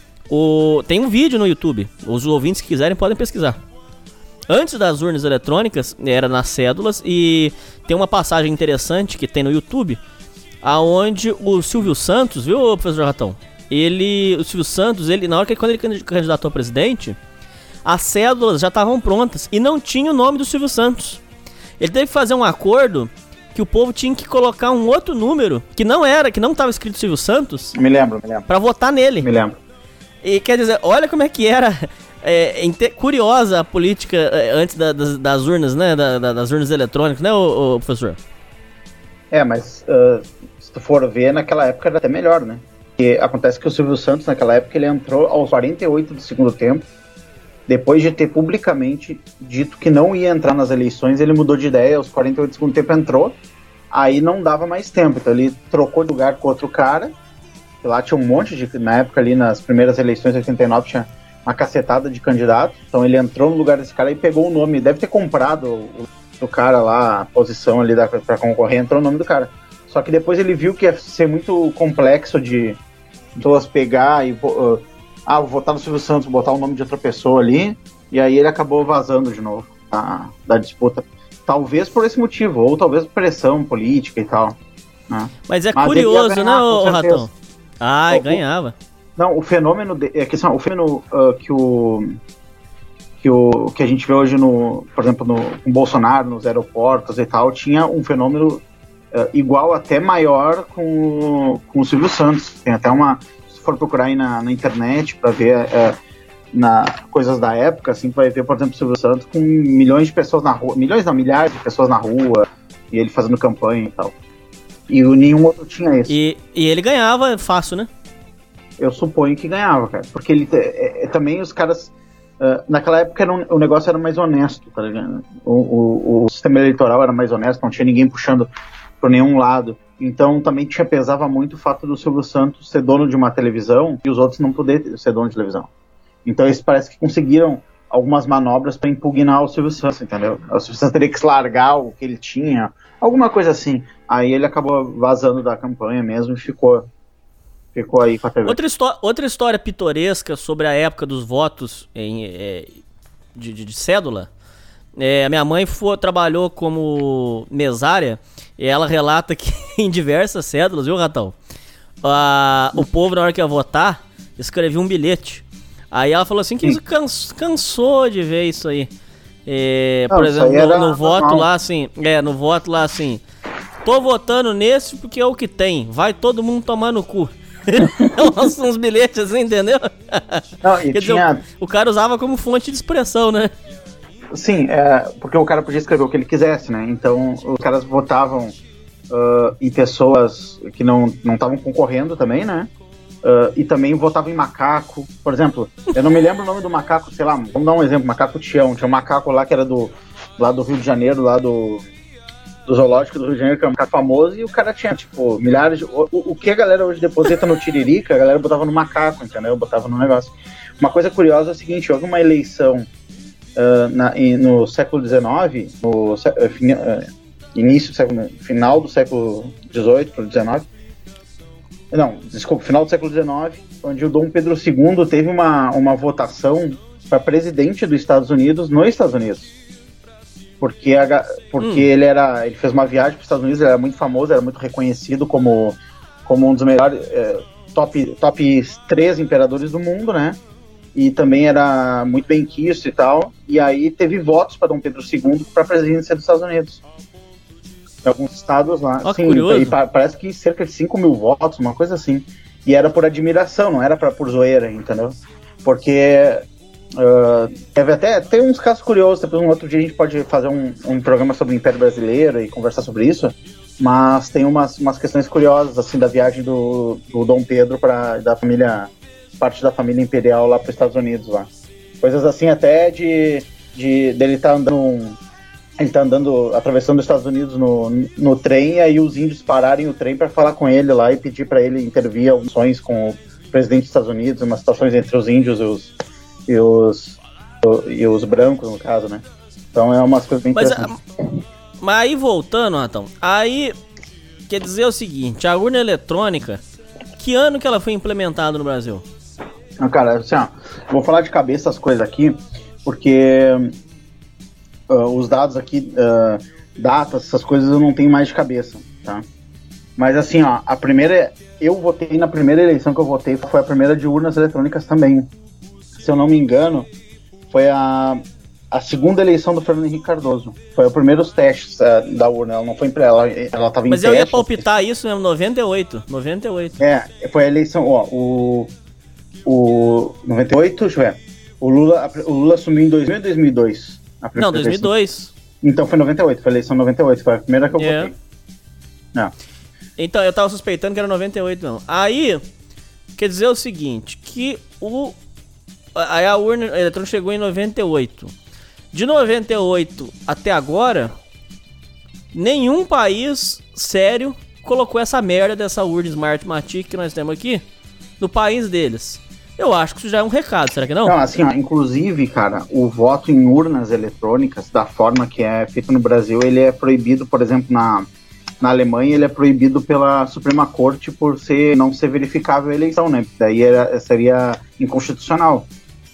S9: o, tem um vídeo no YouTube, os ouvintes que quiserem podem pesquisar. Antes das urnas eletrônicas era nas cédulas, e tem uma passagem interessante que tem no YouTube, aonde o Silvio Santos, viu, professor Ratão? Ele, o Silvio Santos, ele na hora que quando ele candidatou a presidente, as cédulas já estavam prontas e não tinha o nome do Silvio Santos. Ele teve que fazer um acordo que o povo tinha que colocar um outro número que não era, que não estava escrito Silvio Santos.
S6: Me lembro, me lembro.
S9: Pra votar nele.
S6: Me lembro.
S9: E quer dizer, olha como é que era é, curiosa a política é, antes da, das, das urnas, né? Da, da, das urnas eletrônicas, né, ô, ô, professor?
S6: É, mas uh, se tu for ver, naquela época era até melhor, né? Porque acontece que o Silvio Santos, naquela época, ele entrou aos quarenta e oito do segundo tempo. Depois de ter publicamente dito que não ia entrar nas eleições, ele mudou de ideia, aos quarenta e oito do segundo tempo entrou, aí não dava mais tempo, então ele trocou de lugar com outro cara, e lá tinha um monte de, na época ali nas primeiras eleições de oitenta e nove tinha uma cacetada de candidatos, então ele entrou no lugar desse cara e pegou o nome, deve ter comprado o, o cara lá, a posição ali da, pra concorrer, entrou o nome do cara. Só que depois ele viu que ia ser muito complexo de pessoas pegar e... Uh, ah, vou votar no Silvio Santos, botar o nome de outra pessoa ali, e aí ele acabou vazando de novo da, da disputa. Talvez por esse motivo, ou talvez por pressão política e tal. Né?
S9: Mas é Mas curioso, ganhar, né, ô Ratão? Ah, o, ganhava.
S6: Não, o fenômeno, de, é que, assim, o fenômeno uh, que, o, que o que a gente vê hoje, no, por exemplo, no, no Bolsonaro, nos aeroportos e tal, tinha um fenômeno uh, igual, até maior com, com o Silvio Santos. Tem até uma... for procurar aí na, na internet para ver é, na, coisas da época, assim, vai ver, por exemplo, o Silvio Santos com milhões de pessoas na rua, milhões não, milhares de pessoas na rua, e ele fazendo campanha e tal. E o, nenhum outro tinha isso.
S9: E, e ele ganhava fácil, né?
S6: Eu suponho que ganhava, cara, porque ele é, é, também os caras, uh, naquela época era um, o negócio era mais honesto, tá ligado? O, o, o sistema eleitoral era mais honesto, não tinha ninguém puxando por nenhum lado. Então também tinha, pesava muito o fato do Silvio Santos ser dono de uma televisão e os outros não poderem ser dono de televisão. Então eles parece que conseguiram algumas manobras para impugnar o Silvio Santos, entendeu? O Silvio Santos teria que se largar o que ele tinha, alguma coisa assim. Aí ele acabou vazando da campanha mesmo e ficou, ficou aí com a T V.
S9: Outra, histó- outra história pitoresca sobre a época dos votos em, é, de, de, de cédula. É, a minha mãe foi, trabalhou como mesária e ela relata que em diversas cédulas, viu, Ratão? Ah, o povo, na hora que ia votar, escrevia um bilhete. Aí ela falou assim que canso, cansou de ver isso aí. É,
S6: Não,
S9: por
S6: isso
S9: exemplo,
S6: aí era
S9: no, no voto
S6: normal.
S9: lá assim, é, no voto lá assim, tô votando nesse porque é o que tem, vai todo mundo tomar no cu. Lança uns bilhetes assim, entendeu?
S6: Não, e
S9: Quer
S6: tinha...
S9: dizer, o, o cara usava como fonte de expressão, né?
S6: Sim, é, porque o cara podia escrever o que ele quisesse, né? Então os caras votavam uh, em pessoas que não estavam concorrendo também, né? Uh, e também votavam em macaco. Por exemplo, eu não me lembro o nome do macaco, sei lá, vamos dar um exemplo, macaco Tião. Tinha um macaco lá que era do, lá do Rio de Janeiro, lá do, do zoológico do Rio de Janeiro, que era um macaco famoso, e o cara tinha, tipo, milhares de... O, o que a galera hoje deposita no Tiririca, a galera botava no macaco, entendeu? Botava no negócio. Uma coisa curiosa é o seguinte, houve uma eleição Uh, na, in, no século dezenove, no uh, fin, uh, início do século, final do século dezoito para o dezenove, não, desculpa, final do século dezenove, onde o Dom Pedro segundo teve uma, uma votação para presidente dos Estados Unidos nos Estados Unidos, porque, a, porque hum. ele era, ele fez uma viagem para os Estados Unidos, ele era muito famoso, era muito reconhecido como, como um dos melhores eh, top, top três imperadores do mundo, né? E também era muito bem quisto e tal, e aí teve votos para Dom Pedro segundo para a presidência dos Estados Unidos. Em alguns estados lá.
S9: Oh,
S6: Sim,
S9: curioso.
S6: E pa- parece que cerca de cinco mil votos, uma coisa assim. E era por admiração, não era pra, por zoeira, entendeu? Porque uh, teve até tem uns casos curiosos, depois um outro dia a gente pode fazer um, um programa sobre o Império Brasileiro e conversar sobre isso, mas tem umas, umas questões curiosas, assim, da viagem do, do Dom Pedro para da família... parte da família imperial lá para os Estados Unidos lá. Coisas assim até de, de dele tá andando ele tá andando, atravessando os Estados Unidos no, no trem, e aí os índios pararem o trem para falar com ele lá e pedir para ele intervir algumas ações com o presidente dos Estados Unidos, umas situações entre os índios e os e os, e os brancos, no caso, né? Então é umas coisas bem
S9: mas,
S6: interessantes.
S9: Mas aí voltando, Ratão, aí quer dizer o seguinte, a urna eletrônica, que ano que ela foi implementada no Brasil?
S6: Não, cara, assim, ó, vou falar de cabeça as coisas aqui, porque uh, os dados aqui, uh, datas, essas coisas eu não tenho mais de cabeça, tá? Mas assim, ó, a primeira, eu votei na primeira eleição que eu votei, foi a primeira de urnas eletrônicas também. Se eu não me engano, foi a, a segunda eleição do Fernando Henrique Cardoso. Foi os primeiros testes uh, da urna, ela não foi, ela, ela tava em
S9: Mas eu
S6: teste,
S9: ia palpitar isso mesmo, noventa e oito, noventa e oito.
S6: É, foi a eleição, ó, o... O noventa e oito, deixa eu ver. O Lula, o Lula assumiu em dois mil e dois mil e dois.
S9: Não, dois mil e dois.
S6: Então foi noventa e oito, foi a eleição noventa e oito, foi a primeira que eu
S9: Yeah.
S6: votei. Não.
S9: Então, eu tava suspeitando que era noventa e oito, não. Aí, quer dizer o seguinte, que o... Aí a urna eletrônica chegou em noventa e oito. De noventa e oito até agora, nenhum país sério colocou essa merda dessa urna Smartmatic que nós temos aqui no país deles. Eu acho que isso já é um recado, será que não?
S6: Não, assim, ó, inclusive, cara, o voto em urnas eletrônicas, da forma que é feito no Brasil, ele é proibido, por exemplo, na, na Alemanha, ele é proibido pela Suprema Corte por ser, não ser verificável a eleição, né? Daí era, seria inconstitucional.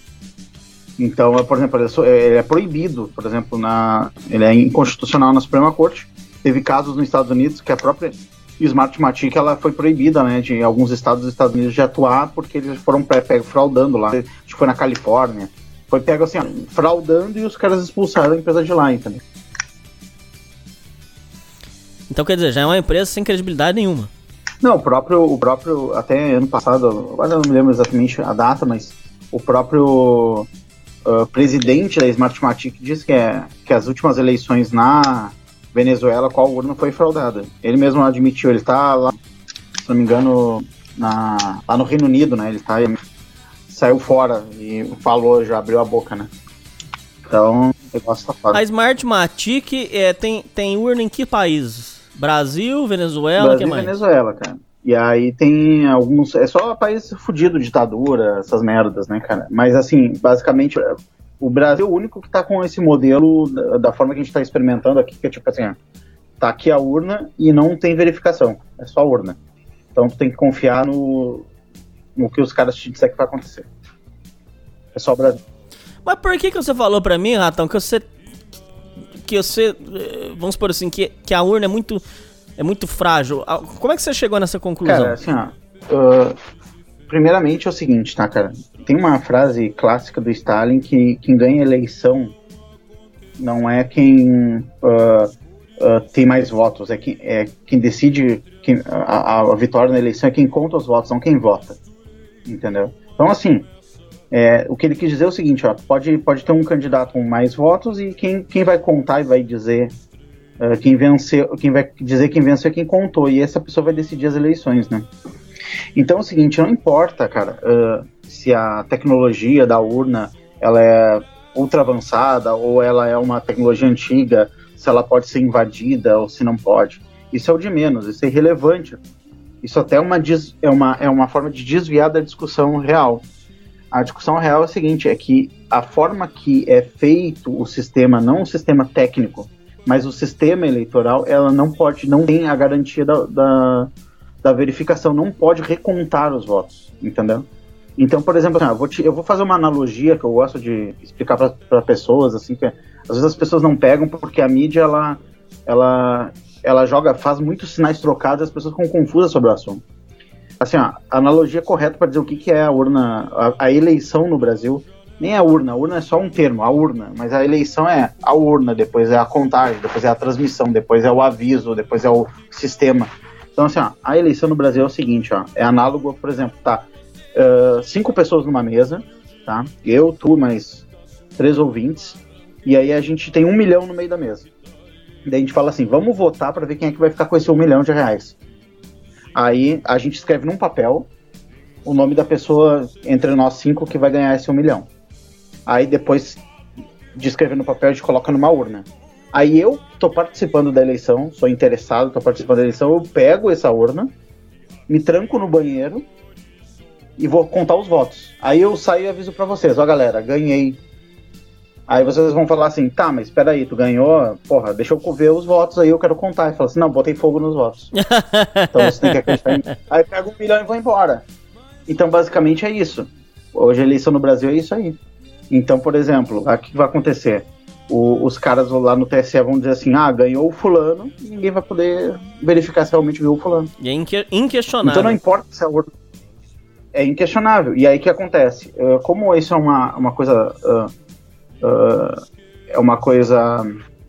S6: Então, por exemplo, ele é proibido, por exemplo, na, ele é inconstitucional na Suprema Corte. Teve casos nos Estados Unidos que a própria Smartmatic, ela foi proibida, né, de alguns estados dos Estados Unidos de atuar porque eles foram pegos fraudando lá. Acho que foi na Califórnia. Foi pego assim, ó, fraudando, e os caras expulsaram a empresa de lá, entendeu?
S9: Então, quer dizer, já é uma empresa sem credibilidade nenhuma.
S6: Não, o próprio, o próprio até ano passado, agora eu não me lembro exatamente a data, mas o próprio uh, presidente da Smartmatic disse que, é, que as últimas eleições na Venezuela, qual urna foi fraudada. Ele mesmo admitiu, ele tá lá, se não me engano, na, lá no Reino Unido, né? Ele tá, ele saiu fora e falou, já abriu a boca, né? Então, o negócio tá fora.
S9: A Smartmatic é, tem, tem urna em que países? Brasil, Venezuela,
S6: Brasil
S9: que
S6: e
S9: mais?
S6: Venezuela, cara. E aí tem alguns... É só país fudido, ditadura, essas merdas, né, cara? Mas, assim, basicamente, o Brasil é o único que tá com esse modelo da, da forma que a gente tá experimentando aqui, que é tipo assim, ó, tá aqui a urna e não tem verificação. É só a urna. Então tu tem que confiar no, no que os caras te disserem que vai acontecer. É só o Brasil.
S9: Mas por que que você falou pra mim, Ratão, que você... Que você... Vamos supor assim, que, que a urna é muito... É muito frágil. Como é que você chegou nessa conclusão?
S6: Cara, assim, ó... Uh, primeiramente é o seguinte, tá, cara? Tem uma frase clássica do Stalin que quem ganha eleição não é quem uh, uh, tem mais votos, é quem, é quem decide quem, a, a vitória na eleição é quem conta os votos, não quem vota. Entendeu? Então, assim... É, o que ele quis dizer é o seguinte, ó, pode, pode ter um candidato com mais votos e quem, quem vai contar e vai dizer uh, quem venceu, quem vai dizer quem venceu é quem contou, e essa pessoa vai decidir as eleições, né? Então é o seguinte, não importa, cara, uh, se a tecnologia da urna ela é ultra avançada ou ela é uma tecnologia antiga, se ela pode ser invadida ou se não pode. Isso é o de menos, isso é irrelevante. Isso até é uma, des, é uma, é uma forma de desviar da discussão real. A discussão real é a seguinte, é que a forma que é feito o sistema, não o sistema técnico, mas o sistema eleitoral, ela não pode, não tem a garantia da, da, da verificação, não pode recontar os votos, entendeu? Então, por exemplo, assim, eu, vou te, eu vou fazer uma analogia que eu gosto de explicar para pessoas, assim, que às vezes as pessoas não pegam porque a mídia, ela, ela, ela joga, faz muitos sinais trocados e as pessoas ficam confusas sobre o assunto. Assim, ó, a analogia correta para dizer o que, que é a urna, a, a eleição no Brasil, nem a urna, a urna é só um termo, a urna, mas a eleição é a urna, depois é a contagem, depois é a transmissão, depois é o aviso, depois é o sistema. Então, assim, ó, a eleição no Brasil é o seguinte, ó, é análogo, por exemplo, tá, uh, cinco pessoas numa mesa, tá, eu, tu, mais três ouvintes, e aí a gente tem um milhão no meio da mesa. Daí a gente fala assim, vamos votar para ver quem é que vai ficar com esse um milhão de reais. Aí a gente escreve num papel o nome da pessoa entre nós cinco que vai ganhar esse um milhão. Aí depois de escrever no papel a gente coloca numa urna. Aí eu tô participando da eleição, sou interessado, tô participando da eleição, eu pego essa urna, me tranco no banheiro e vou contar os votos. Aí eu saio e aviso pra vocês, ó galera, ganhei. Aí vocês vão falar assim, tá, mas espera aí, tu ganhou, porra, deixa eu ver os votos aí, eu quero contar. E fala assim, não, botei fogo nos votos. Então você tem que acreditar em mim. Aí pega um milhão e vai embora. Então basicamente é isso. Hoje a eleição no Brasil é isso aí. Então, por exemplo, o que vai acontecer? O, os caras lá no T S E vão dizer assim, ah, ganhou o fulano, e ninguém vai poder verificar se realmente ganhou o fulano.
S9: E é inque- inquestionável.
S6: Então não importa se a urna... É inquestionável. E aí o que acontece? Uh, como isso é uma, uma coisa... Uh, Uh, é uma coisa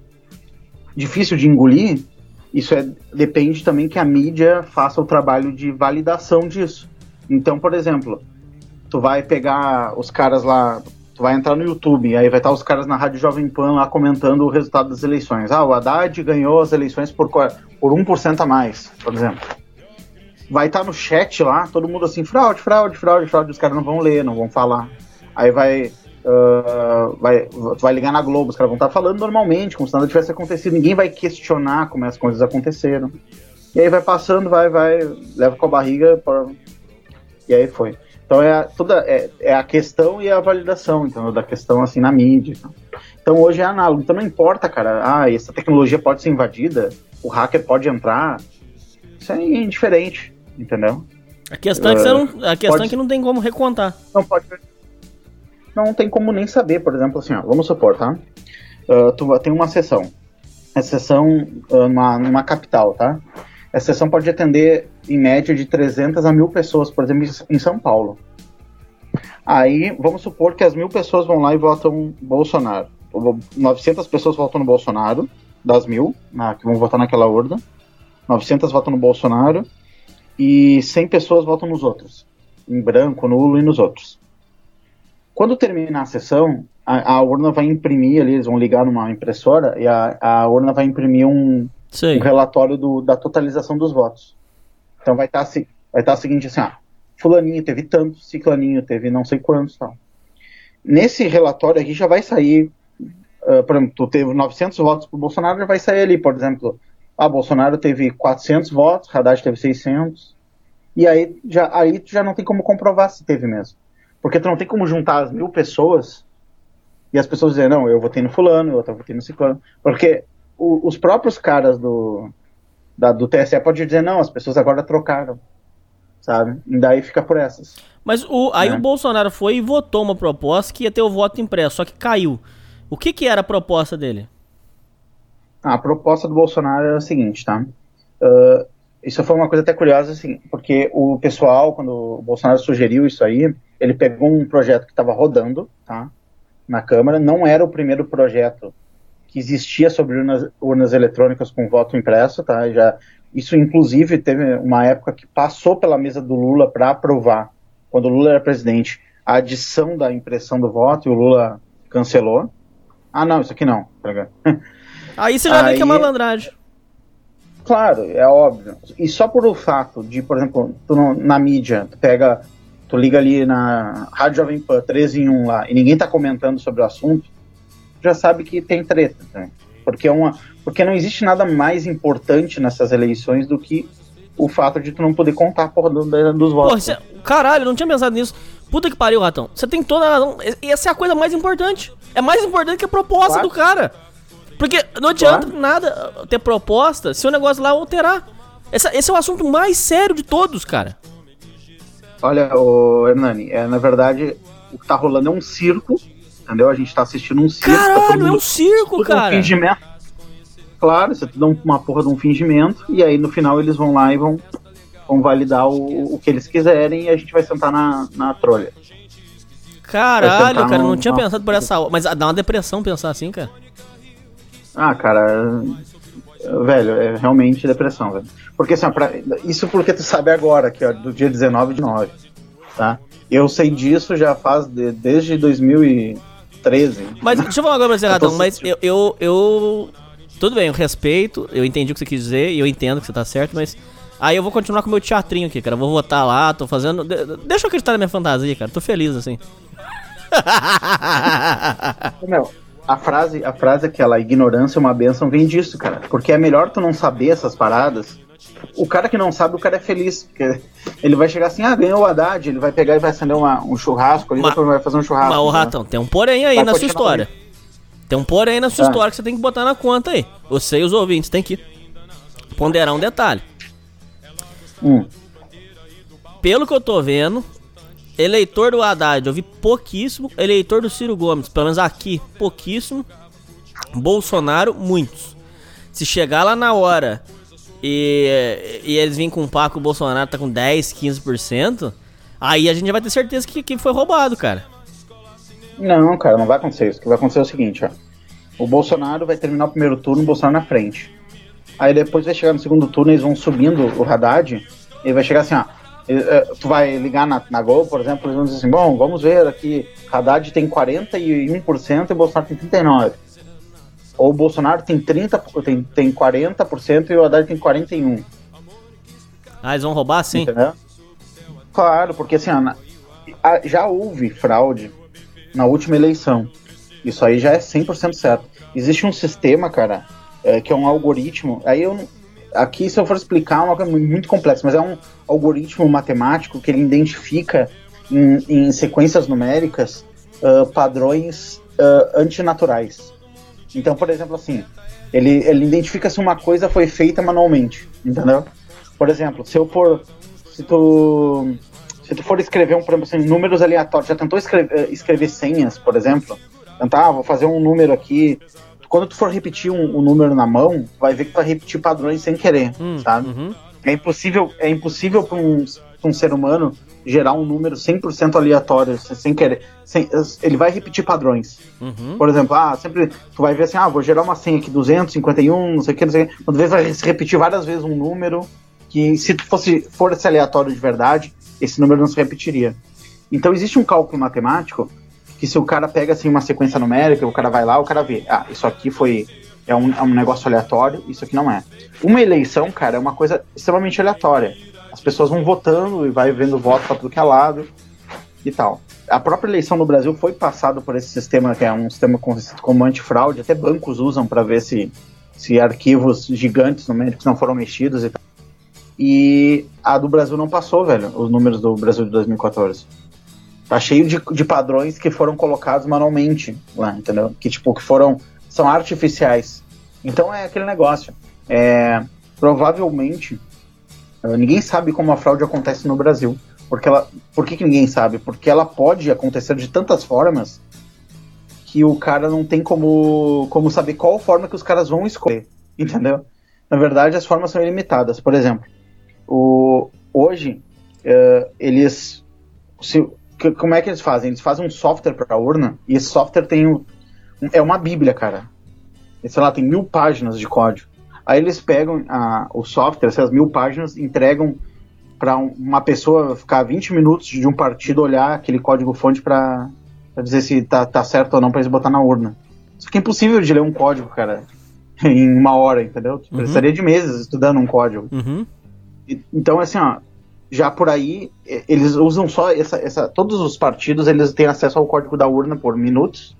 S6: difícil de engolir, isso é, depende também que a mídia faça o trabalho de validação disso. Então, por exemplo, tu vai pegar os caras lá, tu vai entrar no YouTube, aí vai estar os caras na Rádio Jovem Pan lá comentando o resultado das eleições. Ah, o Haddad ganhou as eleições por, por um por cento a mais, por exemplo. Vai estar no chat lá, todo mundo assim, fraude, fraude, fraude, fraude, os caras não vão ler, não vão falar. Aí vai... Uh, vai, vai ligar na Globo, os caras vão estar falando normalmente, como se nada tivesse acontecido, ninguém vai questionar como as coisas aconteceram. E aí vai passando, vai, vai, leva com a barriga, pra... e aí foi. Então é a, toda, é, é a questão e a validação, então, da questão assim na mídia. Então. então hoje é análogo, então não importa, cara, ah, essa tecnologia pode ser invadida, o hacker pode entrar, isso é indiferente, entendeu?
S9: A questão, uh, é, que você não, a questão
S6: pode...
S9: é que não tem como recontar.
S6: Não pode Não tem como nem saber, por exemplo, assim, ó, vamos supor, tá? Uh, tu tem uma sessão. Essa sessão uh, numa, numa capital, tá? Essa sessão pode atender, em média, de trezentas a mil pessoas, por exemplo, em São Paulo. Aí, vamos supor que as mil pessoas vão lá e votam Bolsonaro. novecentas pessoas votam no Bolsonaro, das mil, na, que vão votar naquela urna. novecentas votam no Bolsonaro e cem pessoas votam nos outros. Em branco, nulo e nos outros. Quando terminar a sessão, a, a urna vai imprimir ali, eles vão ligar numa impressora e a, a urna vai imprimir um, um relatório do, da totalização dos votos. Então vai estar tá, vai tá o seguinte assim, ah, fulaninho teve tanto, ciclaninho teve não sei quantos, tal. Nesse relatório aqui já vai sair, uh, por exemplo, tu teve novecentos votos pro Bolsonaro, já vai sair ali, por exemplo, ah, Bolsonaro teve quatrocentos votos, Haddad teve seiscentos, E aí, já, aí tu já não tem como comprovar se teve mesmo. Porque tu não tem como juntar as mil pessoas e as pessoas dizerem, não, eu votei no fulano, eu votei no ciclano. Porque o, os próprios caras do, da, do T S E podem dizer, não, as pessoas agora trocaram, sabe? E daí fica por essas.
S9: Mas o, aí
S6: É.
S9: o Bolsonaro foi e votou uma proposta que ia ter o voto impresso, só que caiu. O que que era a proposta dele?
S6: A proposta do Bolsonaro era a seguinte, tá? Uh, isso foi uma coisa até curiosa, assim, porque o pessoal, quando o Bolsonaro sugeriu isso aí, ele pegou um projeto que estava rodando, tá? Na Câmara, não era o primeiro projeto que existia sobre urnas, urnas eletrônicas com voto impresso, tá? Já, isso, inclusive, teve uma época que passou pela mesa do Lula para aprovar, quando o Lula era presidente, a adição da impressão do voto, e o Lula cancelou. Ah, não, isso aqui não.
S9: Aí você já vê
S6: Aí-
S9: que é malandragem.
S6: Claro, é óbvio. E só por o fato de, por exemplo, tu não- na mídia, tu pega, tu liga ali na Rádio Jovem Pan, três em um lá, e ninguém tá comentando sobre o assunto, já sabe que tem treta, né? Porque, é uma, porque não existe nada mais importante nessas eleições do que o fato de tu não poder contar a porra do- dos
S9: Porra,
S6: votos.
S9: cê, caralho, eu não tinha pensado nisso. Puta que pariu, Ratão. Você tem toda a razão. E- Essa é a coisa mais importante. É mais importante que a proposta
S6: Claro.
S9: do cara. Porque não adianta
S6: Claro.
S9: nada ter proposta se o negócio lá alterar. Essa- esse é o assunto mais sério de todos, cara.
S6: Olha, ô, Hernani, é, na verdade, o que tá rolando é um circo, entendeu? A gente tá assistindo um circo. tá todo
S9: Caralho, é
S6: mundo-
S9: um circo,
S6: tudo um
S9: cara.
S6: fingimento. Claro, isso é tudo uma porra de um fingimento, e aí no final eles vão lá e vão, vão validar o, o que eles quiserem e a gente vai sentar na, na trolha. Vai
S9: Caralho,
S6: sentar
S9: cara, eu
S6: no-
S9: não tinha
S6: no-
S9: pensado por essa. Mas dá uma depressão pensar assim, cara.
S6: Ah, cara, velho, é realmente depressão, velho. Porque assim, ó, pra- isso porque tu sabe agora, aqui, ó, do dia dezenove de nove, tá? Eu sei disso já faz de- desde dois mil e treze.
S9: Mas deixa eu falar agora pra você,
S6: Eu tô
S9: Ratão, mas eu, eu, eu. Tudo bem, eu respeito, eu entendi o que você quis dizer e eu entendo que você tá certo, mas. Aí eu vou continuar com o meu teatrinho aqui, cara. Eu vou votar lá, tô fazendo. de- Deixa eu acreditar na minha fantasia, cara. Tô feliz assim.
S6: Meu, a frase, a frase aquela, ignorância é uma bênção, vem disso, cara. Porque é melhor tu não saber essas paradas. O cara que não sabe, o cara é feliz. Porque ele vai chegar assim, ah, ganhou o Haddad, ele vai pegar e vai acender uma, um churrasco, ele
S9: Mas-
S6: vai fazer um churrasco.
S9: Mas, ô
S6: né?
S9: Ratão, tem um porém aí
S6: Vai
S9: na sua
S6: continuar
S9: história. Tem um porém na sua
S6: Ah.
S9: história que você tem que botar na conta aí. Você e os ouvintes tem que ponderar um detalhe.
S6: Hum.
S9: Pelo que eu tô vendo, eleitor do Haddad eu vi pouquíssimo, eleitor do Ciro Gomes, pelo menos aqui, pouquíssimo, Bolsonaro, muitos. Se chegar lá na hora e, e eles virem com um paco, o Bolsonaro tá com dez, quinze por cento, aí a gente já vai ter certeza que, que foi roubado, cara.
S6: Não, cara, não vai acontecer isso. O que vai acontecer é o seguinte, ó. O Bolsonaro vai terminar o primeiro turno, o Bolsonaro na frente. Aí depois vai chegar no segundo turno, eles vão subindo o Haddad, e vai chegar assim, ó. eh, eh, Tu vai ligar na, na Gol, por exemplo, eles vão dizer assim, bom, vamos ver aqui, Haddad tem quarenta e um por cento e o Bolsonaro tem trinta e nove por cento. Ou o Bolsonaro tem, trinta, tem, tem quarenta por cento e o Haddad tem quarenta e um por cento.
S9: Ah, eles vão roubar sim.
S6: Entendeu? Claro, porque assim, ó, na- a- já houve fraude na última eleição. Isso aí já é cem por cento certo. Existe um sistema, cara, é, que é um algoritmo. Aí eu não- aqui, se eu for explicar, é uma coisa muito complexa, mas é um algoritmo matemático que ele identifica em, em sequências numéricas ah, padrões ah, antinaturais. Então, por exemplo, assim, ele, ele identifica se uma coisa foi feita manualmente, entendeu? Por exemplo, se eu for, se tu, se tu for escrever um, por exemplo, assim, números aleatórios, já tentou escrever, escrever senhas, por exemplo? Tentar, ah, vou fazer um número aqui. Quando tu for repetir um, um número na mão, tu vai ver que tu vai repetir padrões sem querer,
S9: Hum,
S6: sabe?
S9: uhum.
S6: É impossível, é impossível para um, pra um ser humano gerar um número cem por cento aleatório, sem, sem querer. Sem, ele vai repetir padrões.
S9: Uhum.
S6: Por exemplo, ah, sempre tu vai ver assim, ah, vou gerar uma senha aqui, duzentos e cinquenta e um, não sei o que, não sei o que. Quando vê, vai se repetir várias vezes um número que, se tu fosse, fosse aleatório de verdade, esse número não se repetiria. Então existe um cálculo matemático que, se o cara pega assim uma sequência numérica, o cara vai lá, o cara vê, ah, isso aqui foi é um, é um negócio aleatório, isso aqui não é. Uma eleição, cara, é uma coisa extremamente aleatória. As pessoas vão votando e vai vendo voto pra tudo que é lado e tal. A própria eleição no Brasil foi passada por esse sistema, que é um sistema conhecido como antifraude, até bancos usam para ver se, se arquivos gigantes numéricos não foram mexidos e tal. E a do Brasil não passou, velho, os números do Brasil de dois mil e quatorze. Tá cheio de, de padrões que foram colocados manualmente lá, entendeu? Que, tipo, que foram, são artificiais. Então é aquele negócio. É, provavelmente, ninguém sabe como a fraude acontece no Brasil. Porque ela, por que, que ninguém sabe? Porque ela pode acontecer de tantas formas que o cara não tem como, como saber qual forma que os caras vão escolher, entendeu? Na verdade, as formas são ilimitadas. Por exemplo, o, hoje, uh, eles... Se, que, como é que eles fazem? Eles fazem um software para a urna, e esse software tem um, é uma bíblia, cara. E, sei lá, tem mil páginas de código. Aí eles pegam a, o software, essas mil páginas, entregam para um, uma pessoa ficar vinte minutos de um partido olhar aquele código-fonte para Pra dizer se tá, tá certo ou não pra eles botar na urna. Isso que é impossível de ler um código, cara, em uma hora, entendeu? Tu uhum. precisaria de meses estudando um código.
S9: Uhum.
S6: E, então, assim, ó, já por aí, eles usam só essa, essa... Todos os partidos, eles têm acesso ao código da urna por minutos,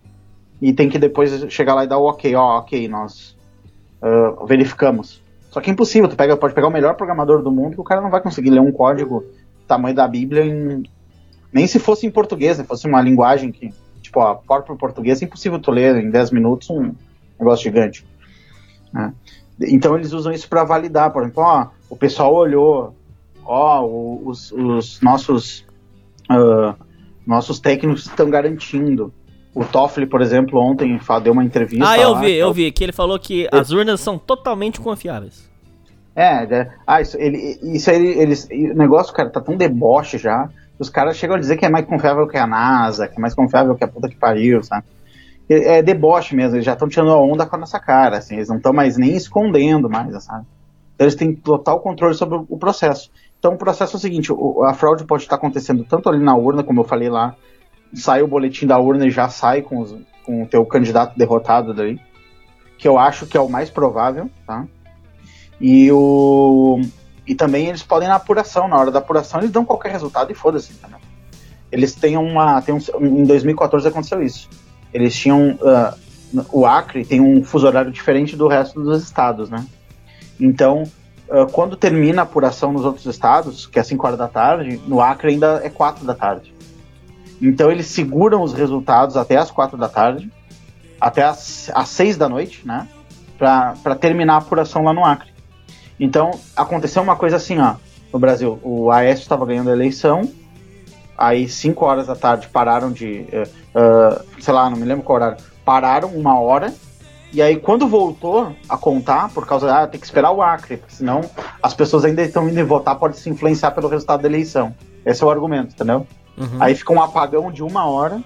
S6: e tem que depois chegar lá e dar o ok, ó, ok, nós uh, verificamos. Só que é impossível, tu pega, pode pegar o melhor programador do mundo, que o cara não vai conseguir ler um código tamanho da Bíblia em... Nem se fosse em português, se fosse uma linguagem que, tipo, ó, próprio português, é impossível tu ler em dez minutos um negócio gigante. Né? Então eles usam isso para validar, por exemplo, ó, o pessoal olhou, ó, os, os nossos, uh, nossos técnicos estão garantindo. O Toffoli, por exemplo, ontem deu uma entrevista.
S9: Ah, eu
S6: lá,
S9: vi, eu
S6: tal.
S9: vi, que ele falou que as urnas são totalmente confiáveis.
S6: É, é ah, isso, ele, isso aí, eles, o negócio, cara, tá tão deboche já. Os caras chegam a dizer que é mais confiável que a NASA, que é mais confiável que a puta que pariu, sabe? É deboche mesmo, eles já estão tirando a onda com a nossa cara, assim, eles não estão mais nem escondendo mais, sabe? Então eles têm total controle sobre o processo. Então o processo é o seguinte, a fraude pode estar acontecendo tanto ali na urna, como eu falei lá, sai o boletim da urna e já sai com, os, com o teu candidato derrotado daí, que eu acho que é o mais provável, tá? E o... E também eles podem na apuração, na hora da apuração eles dão qualquer resultado e foda-se, entendeu? Eles têm uma... Têm um, em dois mil e quatorze aconteceu isso. Eles tinham... Uh, o Acre tem um fuso horário diferente do resto dos estados, né? Então, uh, quando termina a apuração nos outros estados, que é cinco horas da tarde, no Acre ainda é quatro da tarde. Então eles seguram os resultados até as quatro da tarde, até as, as seis da noite, né? Pra, pra terminar a apuração lá no Acre. Então, aconteceu uma coisa assim, ó, no Brasil, o Aécio estava ganhando a eleição, aí cinco horas da tarde pararam de, uh, uh, sei lá, não me lembro qual horário, pararam uma hora, e aí quando voltou a contar, por causa, ah, tem que esperar o Acre, porque senão as pessoas ainda estão indo votar, pode se influenciar pelo resultado da eleição. Esse é o argumento, entendeu? Uhum. Aí fica um apagão de uma hora,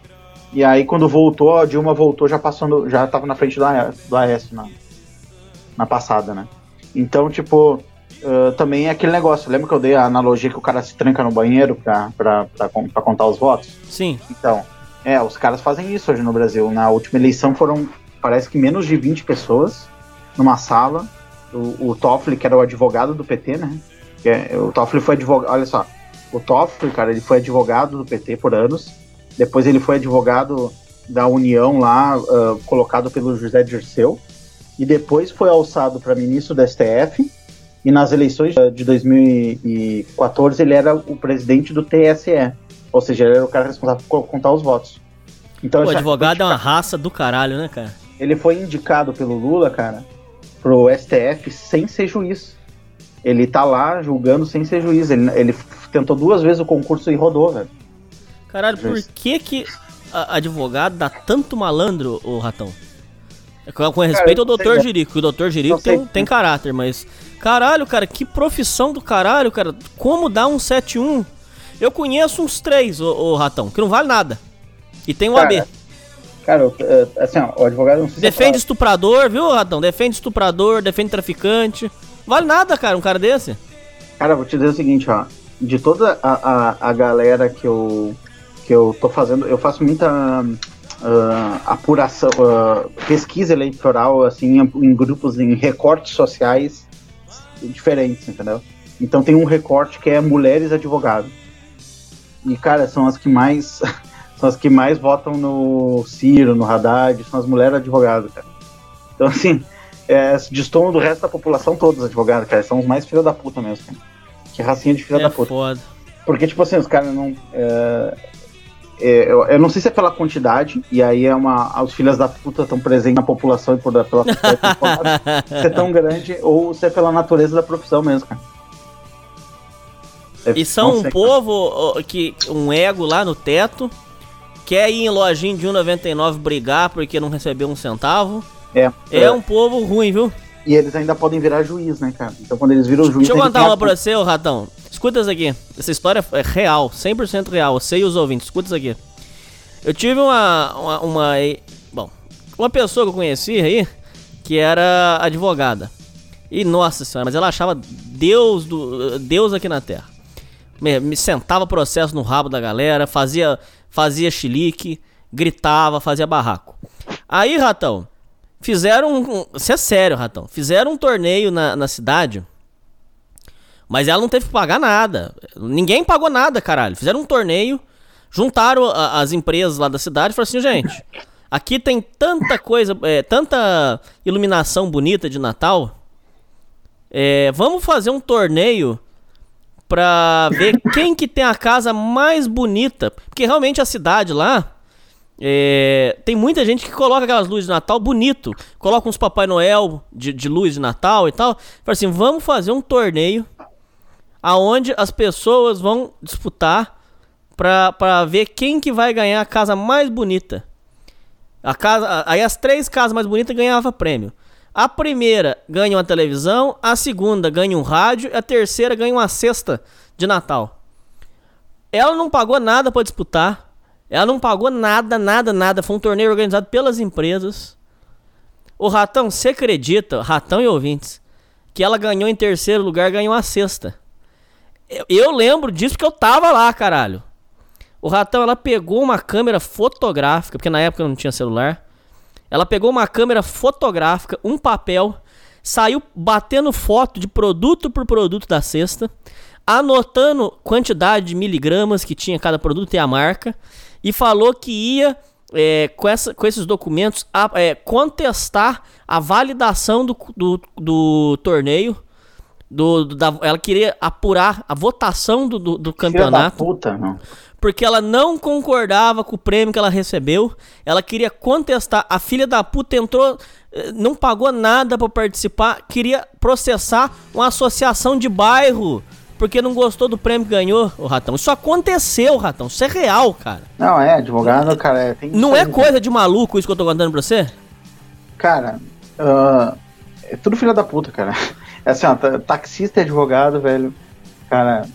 S6: e aí quando voltou, a Dilma voltou já passando, já estava na frente do Aécio, do Aécio na, na passada, né? Então, tipo, uh, também é aquele negócio. Lembra que eu dei a analogia que o cara se tranca no banheiro pra, pra, pra, pra contar os votos?
S9: Sim.
S6: Então, é, os caras fazem isso hoje no Brasil. Na última eleição foram, parece que menos de vinte pessoas numa sala. O, o Toffoli, que era o advogado do P T, né? Que é, o Toffoli foi advogado, olha só. O Toffoli, cara, ele foi advogado do P T por anos. Depois ele foi advogado da União lá, uh, colocado pelo José Dirceu. E depois foi alçado para ministro da S T F, e nas eleições de dois mil e quatorze ele era o presidente do T S E, ou seja, ele era o cara responsável por contar os votos. Então,
S9: o advogado é uma raça do caralho, né, cara?
S6: Ele foi indicado pelo Lula, cara, pro S T F sem ser juiz. Ele tá lá julgando sem ser juiz, ele, ele tentou duas vezes o concurso e rodou, velho.
S9: Caralho, por que que a advogado dá tanto malandro, ô Ratão? Com respeito cara, ao doutor Jerico, que o doutor Jerico tem, tem caráter, mas... Caralho, cara, que profissão do caralho, cara. Como dá um sete um? Eu conheço uns três, ô, ô Ratão, que não vale nada. E tem o
S6: cara,
S9: A B.
S6: Cara, assim, ó, o advogado não se
S9: defende estuprador, viu, Ratão? Defende estuprador, defende traficante. Vale nada, cara, um cara desse.
S6: Cara, vou te dizer o seguinte, ó. De toda a, a, a galera que eu, que eu tô fazendo, eu faço muita... Uh, apuração, uh, pesquisa eleitoral assim, em, em grupos, em recortes sociais diferentes, entendeu? Então tem um recorte que é mulheres advogadas. E, cara, são as que mais são as que mais votam no Ciro, no Haddad, são as mulheres advogadas, cara. Então, assim, é, se destoam do resto da população, todos os advogados, cara. São os mais filha da puta mesmo, cara. Que racinha de filha
S9: é
S6: da puta.
S9: Foda.
S6: Porque, tipo assim, os caras não... É, é, eu, eu não sei se é pela quantidade, e aí é uma... Os filhos da puta estão presentes na população e por, pela sociedade se é tão grande, ou se é pela natureza da profissão mesmo, cara. É,
S9: e são um
S6: sei,
S9: povo ó, que... Um ego lá no teto, quer ir em lojinha de um real e noventa e nove brigar porque não recebeu um centavo.
S6: É,
S9: é, é um povo ruim, viu?
S6: E eles ainda podem virar juiz, né, cara? Então quando eles viram juiz...
S9: Deixa eu contar uma pra você, ô Ratão. Escuta isso aqui. Essa história é real, cem por cento real. Você e os ouvintes, escuta isso aqui. Eu tive uma, uma, uma... Bom, uma pessoa que eu conheci aí, que era advogada. E, nossa senhora, mas ela achava Deus, do, Deus aqui na Terra. Me, me sentava processo no rabo da galera, fazia, fazia chilique, gritava, fazia barraco. Aí, Ratão, fizeram... Um, isso é sério, Ratão. Fizeram um torneio na, na cidade... Mas ela não teve que pagar nada. Ninguém pagou nada, caralho. Fizeram um torneio, juntaram a, as empresas lá da cidade e falaram assim, gente, aqui tem tanta coisa, é, tanta iluminação bonita de Natal. É, vamos fazer um torneio pra ver quem que tem a casa mais bonita. Porque realmente a cidade lá, é, tem muita gente que coloca aquelas luzes de Natal bonito. Coloca uns Papai Noel de, de luz de Natal e tal. Fala assim, vamos fazer um torneio aonde as pessoas vão disputar pra, pra ver quem que vai ganhar a casa mais bonita. A casa, aí as três casas mais bonitas ganhavam prêmio. A primeira ganha uma televisão, a segunda ganha um rádio e a terceira ganha uma cesta de Natal. Ela não pagou nada pra disputar. Ela não pagou nada, nada, nada. Foi um torneio organizado pelas empresas. O Ratão, você acredita, Ratão e ouvintes, que ela ganhou em terceiro lugar, ganhou uma cesta. Eu lembro disso porque eu tava lá, caralho. O Ratão, ela pegou uma câmera fotográfica, porque na época não tinha celular. Ela pegou uma câmera fotográfica, um papel, saiu batendo foto de produto por produto da cesta, anotando quantidade de miligramas que tinha cada produto e a marca, e falou que ia, é, com, essa, com esses documentos, a, é, contestar a validação do, do, do torneio. Do, do, da, ela queria apurar a votação do, do, do campeonato.
S6: Filha da puta, não.
S9: Porque ela não concordava com o prêmio que ela recebeu. Ela queria contestar. A filha da puta entrou, não pagou nada pra participar. Queria processar uma associação de bairro porque não gostou do prêmio que ganhou, o Ratão. Isso aconteceu, Ratão. Isso é real, cara.
S6: Não, é, advogado, cara. É, tem
S9: não é coisa de maluco isso que eu tô contando pra você?
S6: Cara, uh, é tudo filha da puta, cara. É assim, ó, taxista e advogado, velho. Cara.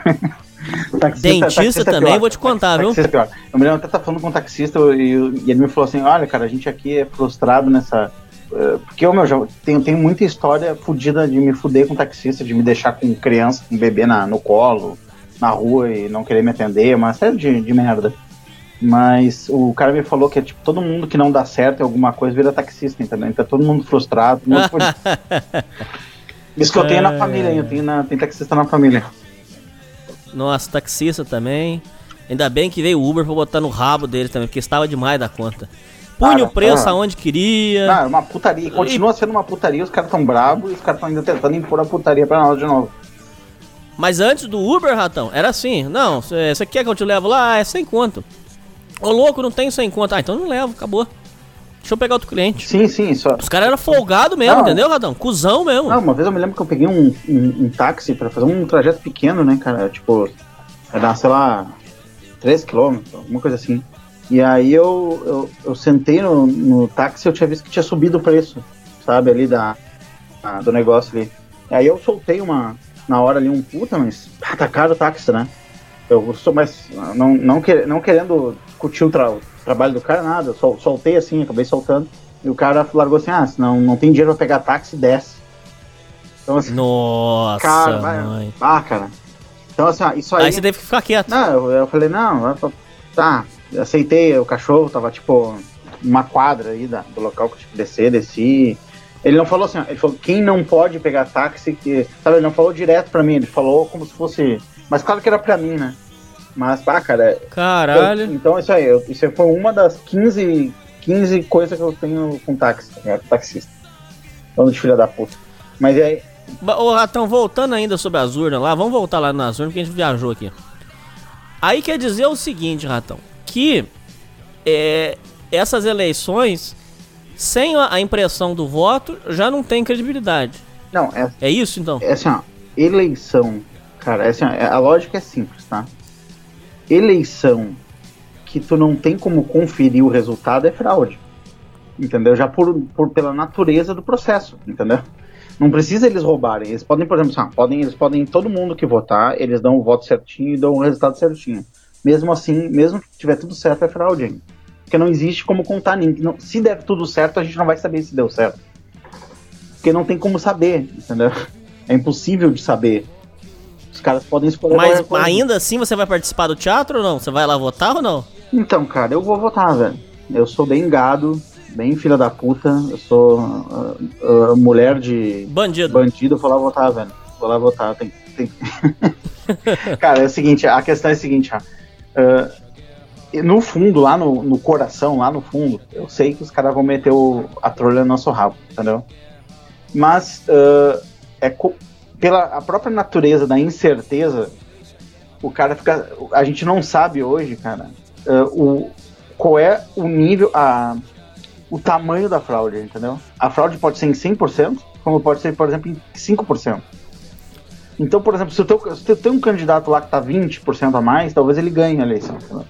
S9: taxista, Dentista taxista também, é vou te contar, taxista, viu?
S6: Taxista é pior. Eu me lembro até tá falando com um taxista e, e ele me falou assim: olha, cara, a gente aqui é frustrado nessa. Uh, porque eu, meu, já tenho, tenho muita história fodida de me fuder com taxista, de me deixar com criança, com bebê na, no colo, na rua e não querer me atender, uma série de, de merda. Mas o cara me falou que é tipo, todo mundo que não dá certo em alguma coisa vira taxista, entendeu? Então todo mundo frustrado, todo mundo fudido. Isso que eu tenho na família, eu tenho, na, tenho taxista na família.
S9: Nossa, taxista também. Ainda bem que veio o Uber pra botar no rabo dele também, porque estava demais da conta. Punha o preço ah, aonde queria.
S6: Não, uma putaria. E continua sendo uma putaria, os caras tão bravos e os caras estão ainda tentando impor a putaria pra nós de novo.
S9: Mas antes do Uber, Ratão, era assim. Não, você quer que eu te levo lá? É sem conto. Ô louco, não tenho sem conto. Ah, então não levo, acabou. Deixa eu pegar outro cliente.
S6: Sim, sim, só.
S9: Os caras eram folgados mesmo, não, entendeu, Radão? Cusão mesmo.
S6: Não, uma vez eu me lembro que eu peguei um, um, um táxi pra fazer um trajeto pequeno, né, cara? Tipo, era, sei lá, três quilômetros, alguma coisa assim. E aí eu, eu, eu sentei no, no táxi e eu tinha visto que tinha subido o preço, sabe, ali da, a, do negócio ali. E aí eu soltei uma, na hora ali um puta, mas ah, tá caro o táxi, né? Eu sou mais, não, não, quer, não querendo discutir o, tra, o trabalho do cara, nada, eu sol, soltei assim, acabei soltando. E o cara largou assim, ah, senão não tem dinheiro pra pegar táxi, desce. Então assim,
S9: nossa,
S6: cara,
S9: mãe.
S6: Vai, ah, cara. Então assim, ó, isso aí...
S9: Aí você teve que ficar quieto.
S6: Não, eu, eu falei, não, tá, aceitei o cachorro, tava tipo uma quadra aí da, do local que eu tinha que descer, desci. Ele não falou assim, ó, ele falou, quem não pode pegar táxi, que, sabe, ele não falou direto pra mim, ele falou como se fosse... Mas claro que era pra mim, né? Mas, pá, cara...
S9: Caralho!
S6: Eu, então isso aí, eu, isso aí foi uma das quinze, quinze coisas que eu tenho com táxi, né, taxista. Bando de filha da puta. Mas e aí...
S9: Ô, Ratão, voltando ainda sobre as urnas lá, vamos voltar lá nas urnas, porque a gente viajou aqui. Aí quer dizer o seguinte, Ratão, que é, essas eleições, sem a impressão do voto, já não tem credibilidade.
S6: Não, é...
S9: É isso, então?
S6: É assim, ó, eleição, cara, é assim, ó, a lógica é simples, tá? Eleição que tu não tem como conferir o resultado é fraude, entendeu? Já por, por pela natureza do processo, entendeu? Não precisa eles roubarem. Eles podem, por exemplo, assim, podem, eles podem, todo mundo que votar, eles dão o voto certinho e dão o resultado certinho. Mesmo assim, mesmo que tiver tudo certo, é fraude ainda. Porque não existe como contar ninguém. Não, se der tudo certo, a gente não vai saber se deu certo. Porque não tem como saber, entendeu? É impossível de saber. Os caras podem escolher.
S9: Mas ainda assim você vai participar do teatro ou não? Você vai lá votar ou não?
S6: Então, cara, eu vou votar, velho. Eu sou bem gado. Bem filha da puta, eu sou uh, uh, mulher de
S9: bandido.
S6: bandido, eu vou lá votar, velho. Vou lá votar, tem, tem... Cara, é o seguinte, a questão é a seguinte, uh, no fundo, lá no, no coração, lá no fundo, eu sei que os caras vão meter o, a trolha no nosso rabo, entendeu? Mas uh, é co- pela a própria natureza da incerteza, o cara fica, a gente não sabe hoje, cara, uh, o, qual é o nível, a o tamanho da fraude, entendeu? A fraude pode ser em cem por cento, como pode ser, por exemplo, em cinco por cento. Então, por exemplo, se tu tem um candidato lá que tá vinte por cento a mais, talvez ele ganhe a eleição, entendeu?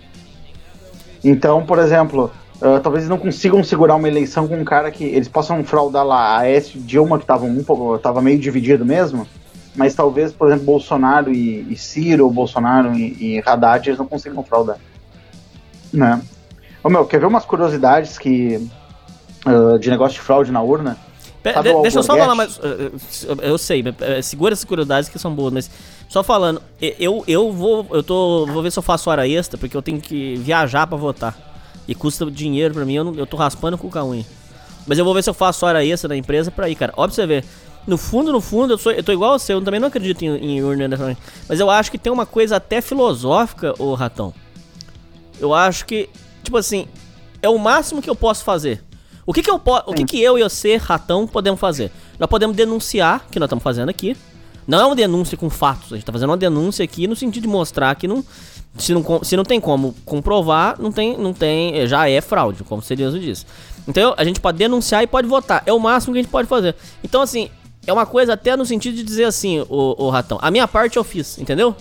S6: Então, por exemplo, uh, talvez eles não consigam segurar uma eleição com um cara que... Eles possam fraudar lá a S Dilma, que tava, um, tava meio dividido mesmo, mas talvez, por exemplo, Bolsonaro e, e Ciro, Bolsonaro e, e Haddad, eles não consigam fraudar. Né? Ô, meu, quer ver umas curiosidades que, uh, de negócio de fraude na urna?
S9: Pera, de, deixa eu só falar, mas uh, eu sei, uh, segura essas curiosidades que são boas, mas só falando, eu, eu vou eu tô, vou ver se eu faço hora extra, porque eu tenho que viajar pra votar, e custa dinheiro pra mim, eu, não, eu tô raspando com o unha. Mas eu vou ver se eu faço hora extra da empresa pra ir, cara. Ó, pra você ver, no fundo, no fundo, eu, sou, eu tô igual a você, eu também não acredito em, em urna, mas eu acho que tem uma coisa até filosófica, ô Ratão. Eu acho que tipo assim, é o máximo que eu posso fazer. O que que eu, po- o que que eu e você, Ratão, podemos fazer? Nós podemos denunciar, que nós estamos fazendo aqui. Não é uma denúncia com fatos, a gente tá fazendo uma denúncia aqui no sentido de mostrar que não, se, não, se não tem como comprovar, não tem, não tem, já é fraude, como o Serioso disse. Então a gente pode denunciar e pode votar, é o máximo que a gente pode fazer. Então assim, é uma coisa até no sentido de dizer assim, o, o Ratão, a minha parte eu fiz, entendeu?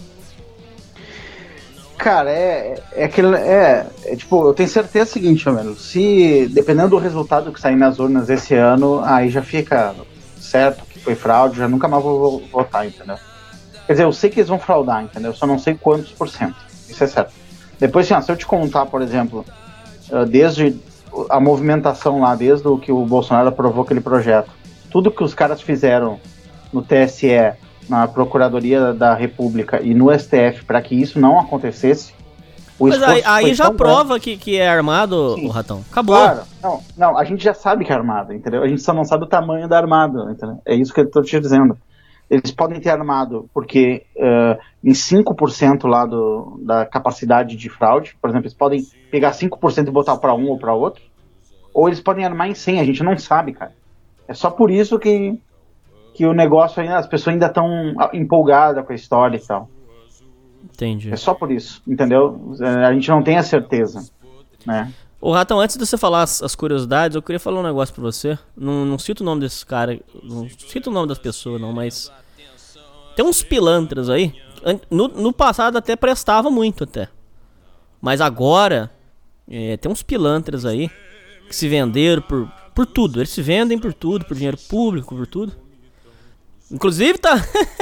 S6: Cara, é, é aquele. É, é tipo, eu tenho certeza o seguinte, mano. Se, dependendo do resultado que sair nas urnas esse ano, aí já fica certo que foi fraude, já nunca mais vou votar, entendeu? Quer dizer, eu sei que eles vão fraudar, entendeu? Eu só não sei quantos por cento. Isso é certo. Depois, assim, ó, se eu te contar, por exemplo, desde a movimentação lá, desde o que o Bolsonaro aprovou aquele projeto, tudo que os caras fizeram no T S E, na Procuradoria da República e no S T F para que isso não acontecesse. O
S9: Mas aí, aí já prova que, que é armado, sim, o Ratão. Acabou.
S6: Claro, não, não, a gente já sabe que é armado, entendeu? A gente só não sabe o tamanho da armada, entendeu? É isso que eu tô te dizendo. Eles podem ter armado porque uh, em cinco por cento lá do, da capacidade de fraude, por exemplo, eles podem pegar cinco por cento e botar para um ou para outro, ou eles podem armar em cem, a gente não sabe, cara. É só por isso que que o negócio ainda, as pessoas ainda estão empolgadas com a história e tal.
S9: Entendi.
S6: É só por isso, entendeu? A gente não tem a certeza, né?
S9: Ô Ratão, antes de você falar as, as curiosidades, eu queria falar um negócio pra você. Não, não cito o nome desses caras, não cito o nome das pessoas não, mas tem uns pilantras aí, no, no passado até prestava muito até. Mas agora, é, tem uns pilantras aí que se venderam por, por tudo. Eles se vendem por tudo, por dinheiro público, por tudo. Inclusive, tá...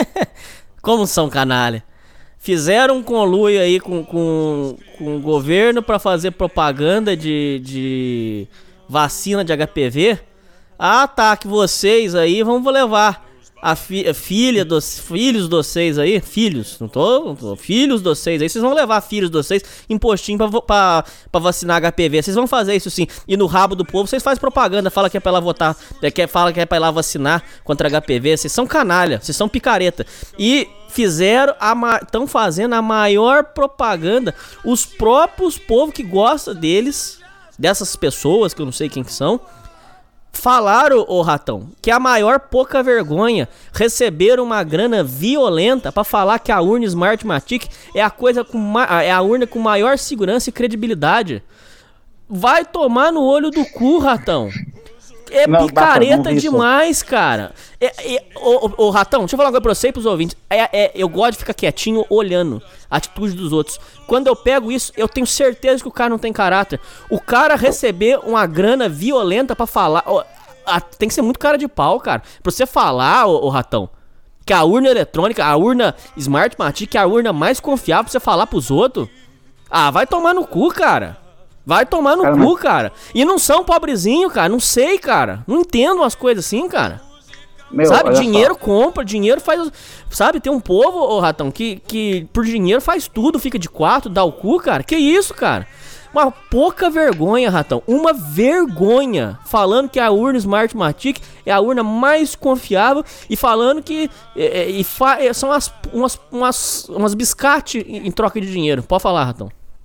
S9: Como são canalha. Fizeram um conluio aí com, com, com o governo pra fazer propaganda de, de vacina de H P V. Ah, tá, que vocês aí vão levar a, fi, a filha dos filhos de vocês aí, filhos, não tô, não tô, filhos de vocês aí, vocês vão levar filhos de vocês em postinho pra, pra, pra vacinar H P V, vocês vão fazer isso sim, e no rabo do povo vocês fazem propaganda, fala que é pra ir lá votar, é, fala que é pra ir lá vacinar contra H P V, vocês são canalha, vocês são picareta, e fizeram, estão fazendo a maior propaganda, os próprios povos que gostam deles, dessas pessoas, que eu não sei quem que são, Falaram, ô Ratão, que a maior pouca vergonha receber uma grana violenta pra falar que a urna Smartmatic é a coisa com ma- é a urna com maior segurança e credibilidade. Vai tomar no olho do cu, Ratão. É não, picareta não demais, cara. É, é, ô, ô, ô, Ratão, deixa eu falar uma coisa pra você e pros ouvintes. É, é, eu gosto de ficar quietinho olhando a atitude dos outros. Quando eu pego isso, eu tenho certeza que o cara não tem caráter. O cara receber uma grana violenta pra falar... Ó, a, tem que ser muito cara de pau, cara. Pra você falar, ô, ô Ratão, que a urna eletrônica, a urna Smartmatic, é a urna mais confiável pra você falar pros outros. Ah, vai tomar no cu, cara. Vai tomar no cara, cu, mas... cara. E não são pobrezinho, cara. Não sei, cara. Não entendo umas coisas assim, cara. Meu, sabe, dinheiro só. compra, dinheiro faz... Sabe, tem um povo, ô Ratão, que, que por dinheiro faz tudo, fica de quarto, dá o cu, cara. Que isso, cara? Uma pouca vergonha, Ratão. Uma vergonha. Falando que a urna Smartmatic é a urna mais confiável e falando que é, é, e fa... são as, umas, umas, umas biscate em troca de dinheiro. Pode falar, Ratão.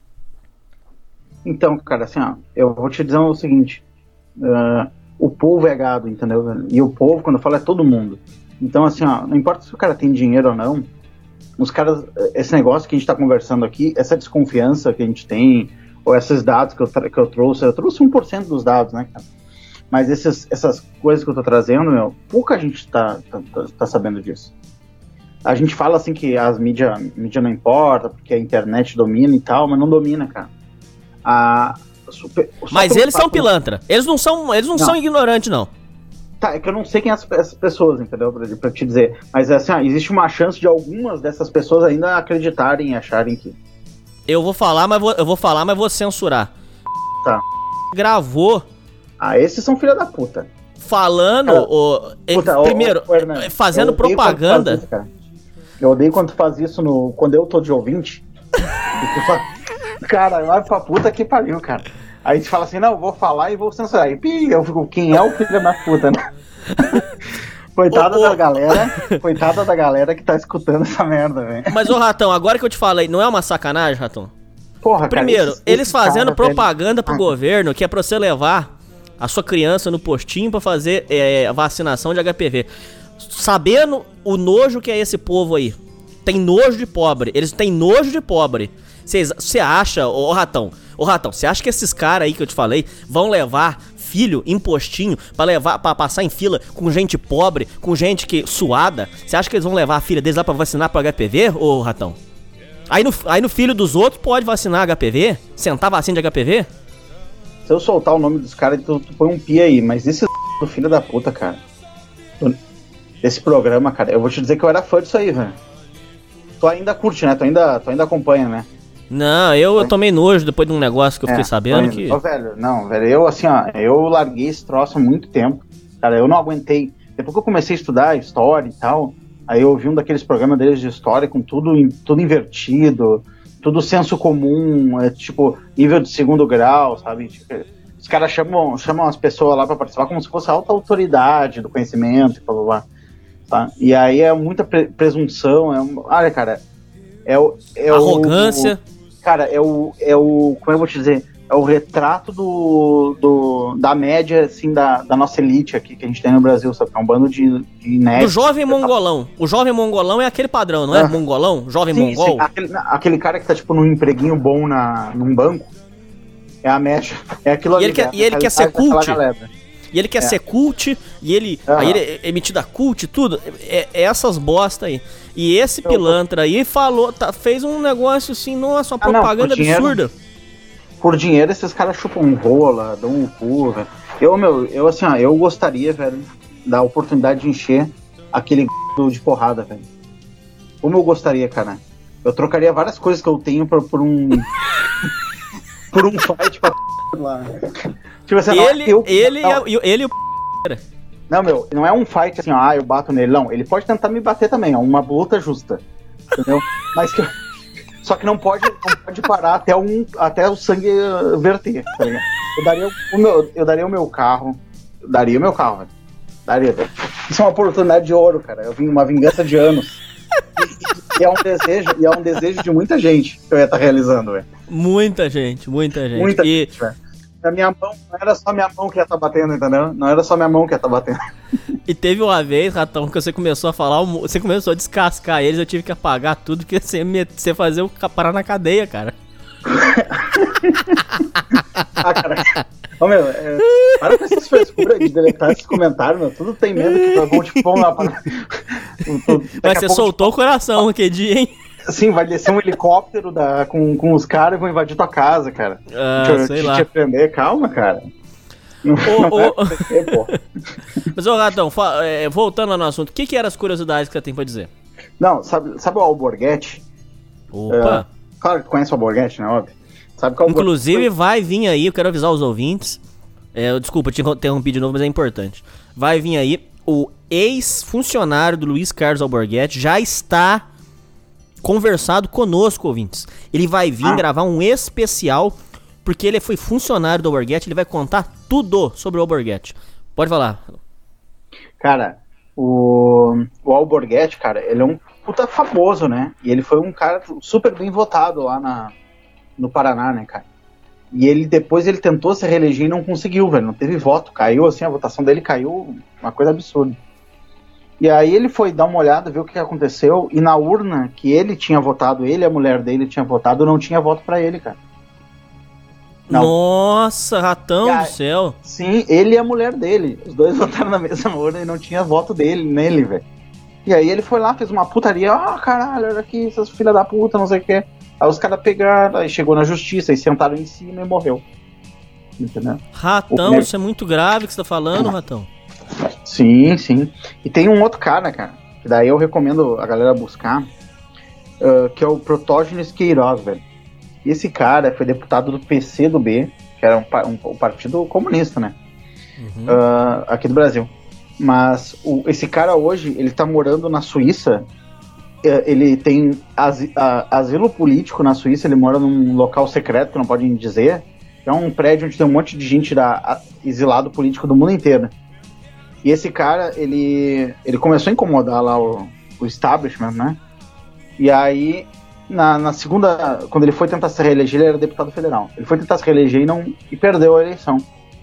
S6: Então, cara, assim, ó, eu vou te dizer o seguinte, uh, o povo é gado, entendeu? E o povo, quando eu falo, é todo mundo. Então, assim, ó, não importa se o cara tem dinheiro ou não, os caras, esse negócio que a gente tá conversando aqui, essa desconfiança que a gente tem, ou esses dados que eu, tra- que eu trouxe, eu trouxe um por cento dos dados, né, cara? Mas esses, essas coisas que eu tô trazendo, meu, pouca gente tá, tá, tá, tá sabendo disso. A gente fala, assim, que as mídias mídia não importa, porque a internet domina e tal, mas não domina, cara. A, super,
S9: mas eles são pilantra. Eles não são, eles não, não. são ignorantes, não.
S6: Tá, é que eu não sei quem são essas pessoas, entendeu? Pra, pra te dizer. Mas assim, ó, existe uma chance de algumas dessas pessoas ainda acreditarem e acharem que...
S9: Eu vou falar, mas vou, eu vou falar, mas vou censurar.
S6: Tá.
S9: Gravou.
S6: Ah, esses são filha da puta.
S9: Falando, cara, o, puta, primeiro, o, o, fazendo eu propaganda.
S6: Isso, cara. Eu odeio quando tu faz isso no, quando eu tô de ouvinte. Cara, vai pra puta que pariu, cara. Aí a gente fala assim, não, eu vou falar e vou censurar. E pi, eu fico, quem é o filho da puta, né? Coitada ô, da ô. galera, coitada da galera que tá escutando essa merda, velho.
S9: Mas, ô Ratão, agora que eu te falei, não é uma sacanagem, Ratão?
S6: Porra,
S9: Primeiro,
S6: cara, esse,
S9: eles
S6: esse
S9: fazendo
S6: cara,
S9: propaganda
S6: velho.
S9: pro ah. governo, que é pra você levar a sua criança no postinho pra fazer é, a vacinação de H P V. Sabendo o nojo que é esse povo aí. Tem nojo de pobre, eles têm nojo de pobre. Você acha, ô Ratão, ô Ratão, você acha que esses caras aí que eu te falei vão levar filho em postinho pra levar, para passar em fila com gente pobre, com gente que suada? Você acha que eles vão levar a filha deles lá pra vacinar pro H P V, ô Ratão? Aí no, aí no filho dos outros pode vacinar H P V? Sentar vacina de H P V?
S6: Se eu soltar o nome dos caras, tu, tu põe um pi aí, mas esse do filho da puta, cara. Desse programa, cara, eu vou te dizer que eu era fã disso aí, velho. Tu ainda curte, né? Tu ainda, tu ainda acompanha, né?
S9: Não, eu, eu tomei nojo depois de um negócio que eu fiquei é, sabendo que...
S6: Ó, velho, não, velho, eu assim, ó, eu larguei esse troço há muito tempo, cara, eu não aguentei. Depois que eu comecei a estudar história e tal, aí eu vi um daqueles programas deles de história com tudo, tudo invertido, tudo senso comum, é, tipo, nível de segundo grau, sabe? Tipo, os caras chamam, chamam as pessoas lá pra participar como se fosse a alta autoridade do conhecimento, blá, blá, blá, tá? E aí é muita pre- presunção, é um... Olha, cara, é o... É
S9: arrogância...
S6: O, cara, é o, é o... Como eu vou te dizer? É o retrato do, do, da média, assim, da, da nossa elite aqui, que a gente tem no Brasil, sabe? É um bando de, de nerds.
S9: Do jovem mongolão. O jovem mongolão é aquele padrão, não é? Ah. Mongolão? Jovem sim, mongol?
S6: Sim. Aquele, aquele cara que tá, tipo, num empreguinho bom na, num banco. É a média. É aquilo
S9: e
S6: ali.
S9: Ele quer, e ele quer ser cult. E ele quer é. ser cult, e ele, uhum. aí ele é emitido a cult, tudo. É, é essas bosta aí. E esse eu, pilantra aí falou, tá, fez um negócio assim, nossa, uma ah, propaganda não, por absurda.
S6: Dinheiro, por dinheiro, esses caras chupam rola, dão um cu, velho. Eu, meu, eu assim, ó, eu gostaria, velho, da oportunidade de encher aquele de porrada, velho. Como eu gostaria, cara. Eu trocaria várias coisas que eu tenho por, por um... por um fight pra lá. Tipo assim,
S9: ele,
S6: não, eu,
S9: ele,
S6: não,
S9: e ele,
S6: não, meu, não é um fight assim, ó, ah, eu bato nele, não. Ele pode tentar me bater também, ó, uma luta justa, entendeu? Mas que, só que não pode, não pode parar até, um, até o sangue verter, tá ligado? Eu daria o meu, eu daria o meu carro, eu daria o meu carro, velho. Daria, velho. Isso é uma oportunidade de ouro, cara. Eu vim uma vingança de anos. E, e, e é um desejo, e é um desejo de muita gente que eu ia estar realizando, velho.
S9: Muita gente, muita gente.
S6: Muita
S9: e...
S6: gente, velho. Na minha mão, não era só minha mão que ia estar batendo, entendeu? Não era só minha mão que ia estar batendo.
S9: E teve uma vez, Ratão, que você começou a falar, você começou a descascar eles, eu tive que apagar tudo, porque você, você fazia o parar na cadeia, cara.
S6: Ah, cara. Ô, meu, é, para com essas frescuras de deletar esses comentários, meu. Tudo tem medo que vão te pôr lá pra...
S9: Mas você soltou te... o coração aquele dia, hein?
S6: Sim, vai descer um helicóptero da, com, com os caras e vão invadir tua casa, cara.
S9: Ah,
S6: te,
S9: sei
S6: te,
S9: lá.
S6: te aprender, calma, cara. Não,
S9: ô,
S6: não
S9: ô,
S6: acontecer, pô.
S9: Mas, ô, Ratão, é, voltando lá no assunto, o que, que eram as curiosidades que você tem pra dizer?
S6: Não, sabe, sabe o Alborguete?
S9: Opa!
S6: Uh, claro que conhece o Alborguete, né, óbvio. Sabe qual
S9: Inclusive, vai vir aí, eu quero avisar os ouvintes. É, desculpa, te interrompi de novo, mas é importante. Vai vir aí, o ex-funcionário do Luiz Carlos Alborguete já está conversado conosco, ouvintes. Ele vai vir ah. gravar um especial, porque ele foi funcionário do Alborguete, ele vai contar tudo sobre o Alborguete. Pode falar.
S6: Cara, o, o Alborguete, cara, ele é um puta famoso, né? E ele foi um cara super bem votado lá na, no Paraná, né, cara? E ele depois ele tentou se reeleger e não conseguiu, velho. Não teve voto, caiu assim, a votação dele caiu, uma coisa absurda. E aí ele foi dar uma olhada, ver o que aconteceu, e na urna que ele tinha votado, ele e a mulher dele tinha votado, não tinha voto pra ele, cara. Não.
S9: Nossa, Ratão aí, do céu.
S6: Sim, ele e a mulher dele, os dois votaram na mesma urna e não tinha voto dele, nele, velho. E aí ele foi lá, fez uma putaria, ah, oh, caralho, olha aqui, essas filha da puta, não sei o que. Aí os caras pegaram, aí chegou na justiça, e sentaram em cima e morreu. Entendeu?
S9: Ratão, o... isso é muito grave que você tá falando, Ratão.
S6: Sim, sim. E tem um outro cara, cara, que daí eu recomendo a galera buscar, uh, que é o Protógenes Queiroz, velho. E esse cara foi deputado do P C do B, que era um, um, um partido comunista, né? Uhum. Uh, aqui do Brasil. Mas o, esse cara hoje, ele tá morando na Suíça, ele tem asi, a, asilo político na Suíça, ele mora num local secreto, que não podem dizer. É um prédio onde tem um monte de gente da, a, exilado político do mundo inteiro. E esse cara, ele, ele começou a incomodar lá o, o establishment, né? E aí, na, na segunda, quando ele foi tentar se reeleger, ele era deputado federal. Ele foi tentar se reeleger e, não, e perdeu a eleição.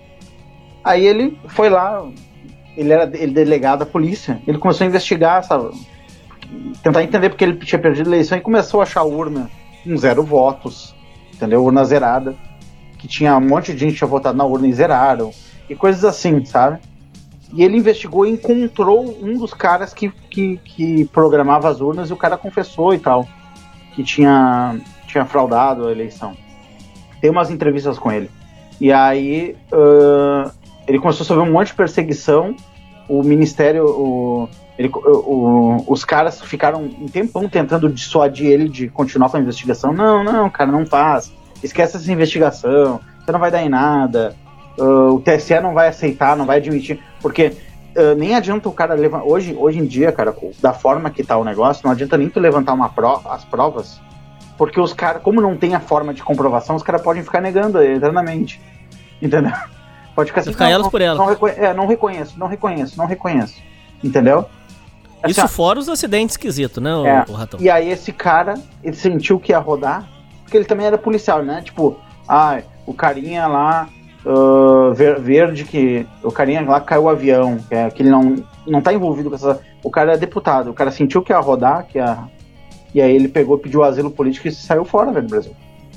S6: Aí ele foi lá, ele era ele delegado da polícia, ele começou a investigar, sabe? Tentar entender porque ele tinha perdido a eleição e começou a achar a urna com zero votos, entendeu? Urna zerada, que tinha um monte de gente que tinha votado na urna e zeraram, e coisas assim, sabe? E ele investigou e encontrou um dos caras que, que, que programava as urnas e o cara confessou e tal, que tinha, tinha fraudado a eleição. Tem umas entrevistas com ele. E aí uh, ele começou a sofrer um monte de perseguição, o ministério... O, Ele, o, o, os caras ficaram um tempão tentando dissuadir ele de continuar com a investigação. Não, não, cara, não faz. Esquece essa investigação. Você não vai dar em nada. Uh, o T S E não vai aceitar, não vai admitir. Porque uh, nem adianta o cara levantar. Hoje, hoje em dia, cara, da forma que tá o negócio, não adianta nem tu levantar uma pro, as provas. Porque os caras, como não tem a forma de comprovação, os caras podem ficar negando eternamente. Entendeu? Pode ficar assim.
S9: Ficar elas por elas.
S6: Não, não, é, não reconheço, não reconheço, não reconheço. Entendeu?
S9: Isso assim, fora os acidentes esquisitos, né, o,
S6: é,
S9: o Ratão?
S6: E aí esse cara, ele sentiu que ia rodar, porque ele também era policial, né? Tipo, ah, o carinha lá, uh, verde, que o carinha lá caiu o avião, que, é, que ele não, não tá envolvido com essa... O cara é deputado, o cara sentiu que ia rodar, que ia... E aí ele pegou, pediu asilo político e saiu fora, velho, do Brasil.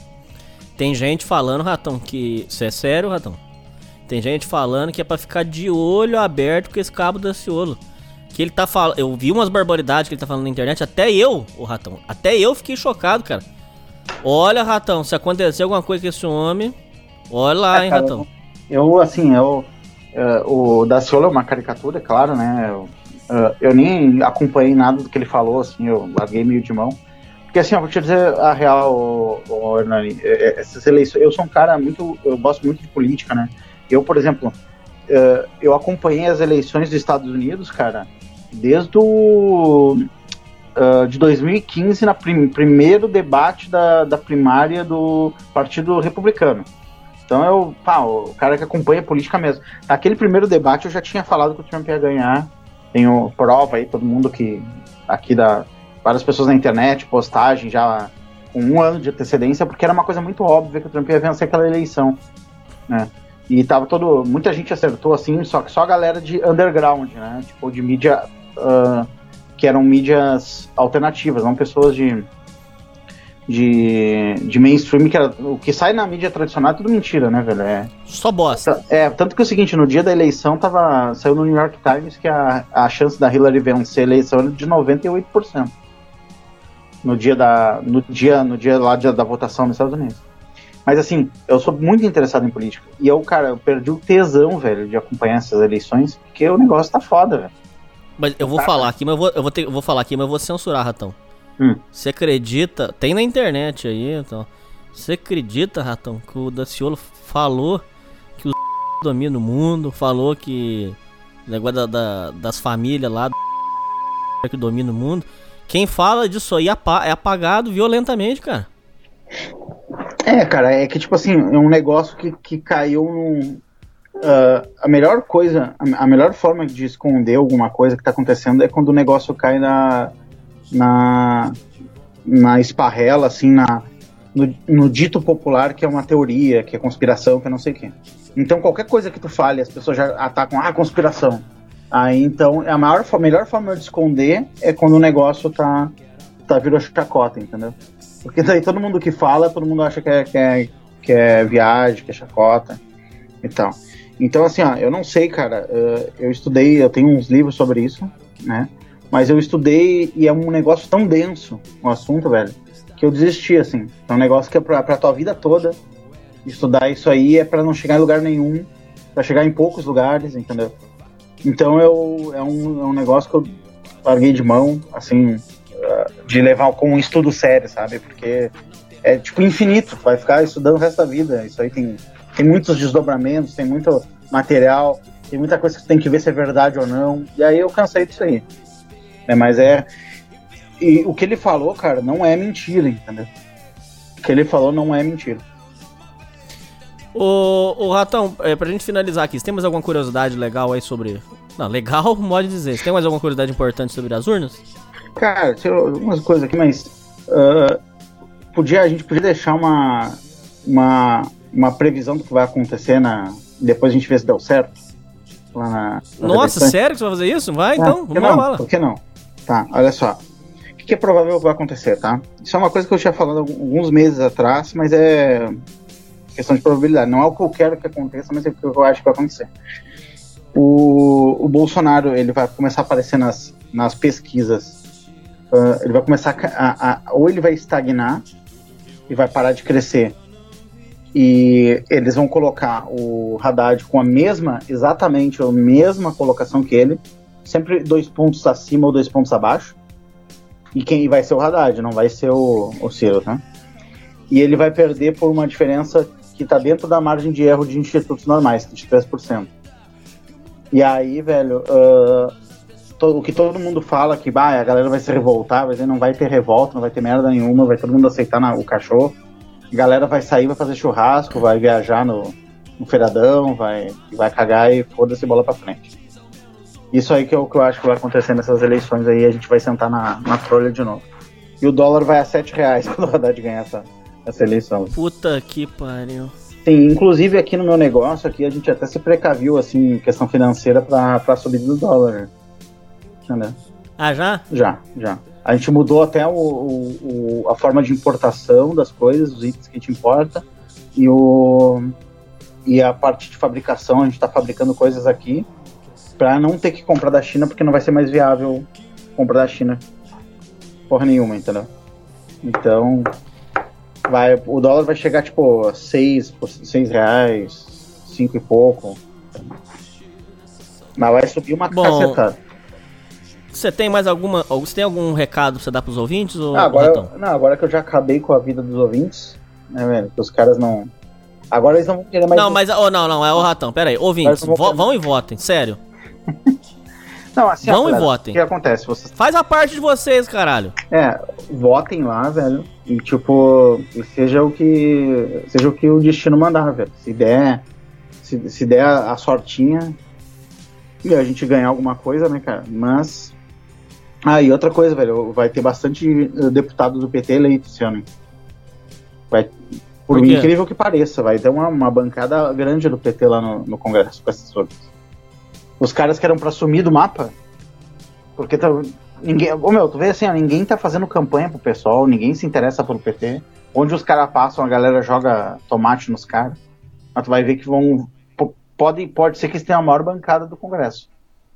S9: Tem gente falando, Ratão, que... Isso é sério, Ratão? Tem gente falando que é pra ficar de olho aberto com esse cabo da Ciolo. Que ele tá falando, eu vi umas barbaridades que ele tá falando na internet, até eu, o Ratão, até eu fiquei chocado, cara. Olha, Ratão, se acontecer alguma coisa com esse homem, olha lá, é, hein, cara, Ratão.
S6: Eu, assim, eu, uh, o Daciolo é uma caricatura, claro, né, eu, uh, eu nem acompanhei nada do que ele falou, assim, eu larguei meio de mão, porque assim, eu vou te dizer a real, o Hernani, essas eleições, eu sou um cara muito, eu gosto muito de política, né, eu, por exemplo, uh, eu acompanhei as eleições dos Estados Unidos, cara, desde o uh, de dois mil e quinze, na prim, primeiro debate da, da primária do Partido Republicano. Então eu, pá, o cara que acompanha a política mesmo. Naquele primeiro debate eu já tinha falado que o Trump ia ganhar. Tenho prova aí, todo mundo que aqui da várias pessoas na internet, postagem já com um ano de antecedência, porque era uma coisa muito óbvia que o Trump ia vencer aquela eleição. né? E tava todo... Muita gente acertou, assim, só que só a galera de underground, né? Tipo, de mídia... Uh, que eram mídias alternativas, não pessoas de... De, de mainstream, que era, o que sai na mídia tradicional é tudo mentira, né, velho? É,
S9: Só bosta.
S6: É, tanto que é o seguinte, no dia da eleição tava, saiu no New York Times que a, a chance da Hillary vencer a eleição era de noventa e oito por cento. No dia da, no dia, no dia lá da, da votação nos Estados Unidos. Mas assim, eu sou muito interessado em política. E eu, cara, eu perdi o tesão, velho, de acompanhar essas eleições, porque o negócio tá foda, velho.
S9: Mas eu vou
S6: Tá.
S9: falar aqui, mas eu vou, eu vou, ter, eu vou falar aqui, mas eu vou censurar, Ratão.
S6: Hum.
S9: Você acredita, tem na internet aí, então. Você acredita, Ratão, que o Daciolo falou que o domina o mundo, falou que o negócio da, da, das famílias lá do que domina o mundo. Quem fala disso aí é apagado violentamente, cara.
S6: É, cara, é que tipo assim, é um negócio que, que caiu num... Uh, a melhor coisa, a, a melhor forma de esconder alguma coisa que tá acontecendo é quando o negócio cai na... na, na esparrela, assim, na, no, no dito popular, que é uma teoria, que é conspiração, que é não sei o quê. Então, qualquer coisa que tu fale, as pessoas já atacam, ah, conspiração. Aí, então, a maior, a melhor forma de esconder é quando o negócio tá, tá virou chacota, entendeu? Porque daí todo mundo que fala, todo mundo acha que é, que é, que é viagem, que é chacota e tal. Então, assim, ó, eu não sei, cara, eu estudei, eu tenho uns livros sobre isso, né? Mas eu estudei e é um negócio tão denso o assunto, velho, que eu desisti, assim. É um negócio que é pra, pra tua vida toda. Estudar isso aí é pra não chegar em lugar nenhum, pra chegar em poucos lugares, entendeu? Então eu, é, um, é um negócio que eu larguei de mão, assim, de levar com um estudo sério, sabe? Porque é tipo infinito, vai ficar estudando o resto da vida. Isso aí tem, tem muitos desdobramentos, tem muito material, tem muita coisa que você tem que ver se é verdade ou não. E aí eu cansei disso aí. É, mas é... E o que ele falou, cara, não é mentira, entendeu? O que ele falou não é mentira.
S9: Ô, ô Ratão, é, pra gente finalizar aqui, você tem mais alguma curiosidade legal aí sobre... Não, legal, pode dizer. Você tem mais alguma curiosidade importante sobre as urnas?
S6: Cara, tem algumas coisas aqui, mas... Uh, podia, a gente podia deixar uma, uma, uma previsão do que vai acontecer na... Depois a gente vê se deu certo. Lá na, na
S9: Nossa,
S6: eleições.
S9: Sério que você vai fazer isso? Vai,
S6: É,
S9: então,
S6: por que
S9: vamos lá,
S6: não?
S9: bala.
S6: Por que não? Tá, olha só. O que, que é provável que vai acontecer, tá? Isso é uma coisa que eu tinha falado alguns meses atrás, mas é questão de probabilidade. Não é o que eu quero que aconteça, mas é o que eu acho que vai acontecer. O, o Bolsonaro, ele vai começar a aparecer nas, nas pesquisas. Uh, ele vai começar a, a... Ou ele vai estagnar e vai parar de crescer. E eles vão colocar o Haddad com a mesma, exatamente a mesma colocação que ele, sempre dois pontos acima ou dois pontos abaixo. E quem vai ser o Haddad, não vai ser o, o Ciro, tá? E ele vai perder por uma diferença que tá dentro da margem de erro de institutos normais, de três por cento. E aí, velho, uh, to, o que todo mundo fala que bah, a galera vai se revoltar, vai dizer, não vai ter revolta, não vai ter merda nenhuma, vai todo mundo aceitar na, o cachorro. A galera vai sair, vai fazer churrasco, vai viajar no, no feriadão, vai, vai cagar e foda-se bola pra frente. Isso aí que é o que eu acho que vai acontecer nessas eleições aí, a gente vai sentar na, na trolha de novo. E o dólar vai a sete reais quando o Haddad ganhar essa, essa eleição.
S9: Puta que pariu.
S6: Sim, inclusive aqui no meu negócio, aqui a gente até se precaviu, assim, em questão financeira pra, pra subida do dólar. Entendeu?
S9: Ah, já?
S6: Já, já. A gente mudou até o, o, o, a forma de importação das coisas, os itens que a gente importa, e, o, e a parte de fabricação, a gente está fabricando coisas aqui para não ter que comprar da China, porque não vai ser mais viável comprar da China porra nenhuma, entendeu? Então, vai, o dólar vai chegar tipo a seis reais, cinco e pouco, mas vai subir uma
S9: Bom,
S6: cacetada.
S9: Você tem mais alguma. Você tem algum recado pra você dar pros ouvintes? Ou,
S6: ah, agora,
S9: Ratão?
S6: eu, não, agora que eu já acabei com a vida dos ouvintes, né, velho? Que os caras não. Agora eles não vão querer mais.
S9: Não, mas. Oh, não, não, é o Ratão. Pera aí, ouvintes,
S6: Vão,
S9: vo, vão e votem, sério.
S6: Não, assim,
S9: vão
S6: ó,
S9: e
S6: galera,
S9: votem.
S6: O que acontece? Vocês...
S9: Faz a parte de vocês, caralho.
S6: É, votem lá, velho. E tipo, seja o que. Seja o que o destino mandar, velho. Se der. Se, se der a, a sortinha. E a gente ganhar alguma coisa, né, cara? Mas. Ah, e outra coisa, velho, vai ter bastante deputado do P T eleito esse ano. Vai, Por,
S9: Por quê?
S6: incrível que pareça, vai ter uma, uma bancada grande do P T lá no, no Congresso com essas urnas. Os caras que eram pra sumir do mapa, porque tá, ninguém, ô meu, tu vê assim, ó, ninguém tá fazendo campanha pro pessoal, ninguém se interessa pelo P T. Onde os caras passam, a galera joga tomate nos caras. Mas tu vai ver que vão, pode, pode ser que eles tenham a maior bancada do Congresso.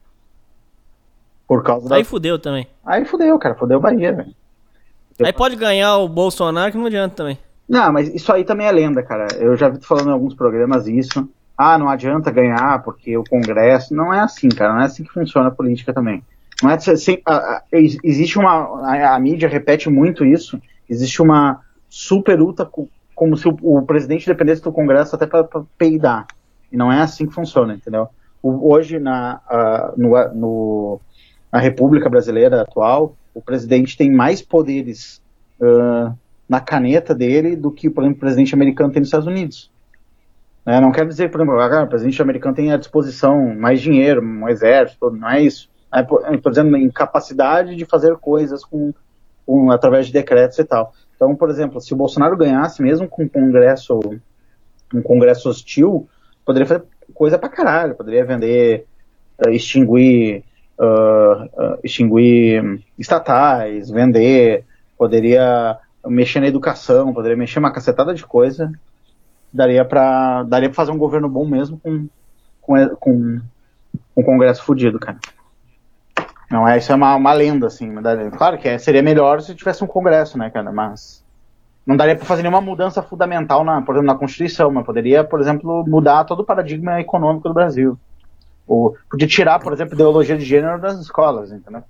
S6: Por causa da...
S9: Aí fudeu também.
S6: Aí fudeu, cara, fudeu o Bahia, velho.
S9: Aí pode ganhar o Bolsonaro que não adianta também.
S6: Não, mas isso aí também é lenda, cara. Eu já vi tu falando em alguns programas isso. Ah, não adianta ganhar porque o Congresso... Não é assim, cara. Não é assim que funciona a política também. Não é assim, a, a, existe uma... A, a mídia repete muito isso. Existe uma super luta como se o, o presidente dependesse do Congresso até pra, pra peidar. E não é assim que funciona, entendeu? O, hoje, na, uh, no, no, na República Brasileira atual, o presidente tem mais poderes... Uh, na caneta dele do que, por exemplo, o presidente americano tem nos Estados Unidos. É, não quero dizer, por exemplo, ah, o presidente americano tem à disposição mais dinheiro, um exército, não é isso. É, estou dizendo em capacidade de fazer coisas com, com, através de decretos e tal. Então, por exemplo, se o Bolsonaro ganhasse, mesmo com um congresso, um congresso hostil, poderia fazer coisa pra caralho, poderia vender, uh, extinguir, uh, uh, extinguir estatais, vender, poderia... mexer na educação, poderia mexer uma cacetada de coisa, daria pra, daria pra fazer um governo bom mesmo com, com, com, com um congresso fudido, cara. Não é, isso é uma, uma lenda, assim, daria, claro que é, seria melhor se tivesse um congresso, né, cara, mas não daria pra fazer nenhuma mudança fundamental, na, por exemplo, na Constituição, mas poderia, por exemplo, mudar todo o paradigma econômico do Brasil. Ou podia tirar, por exemplo, ideologia de gênero das escolas, entendeu?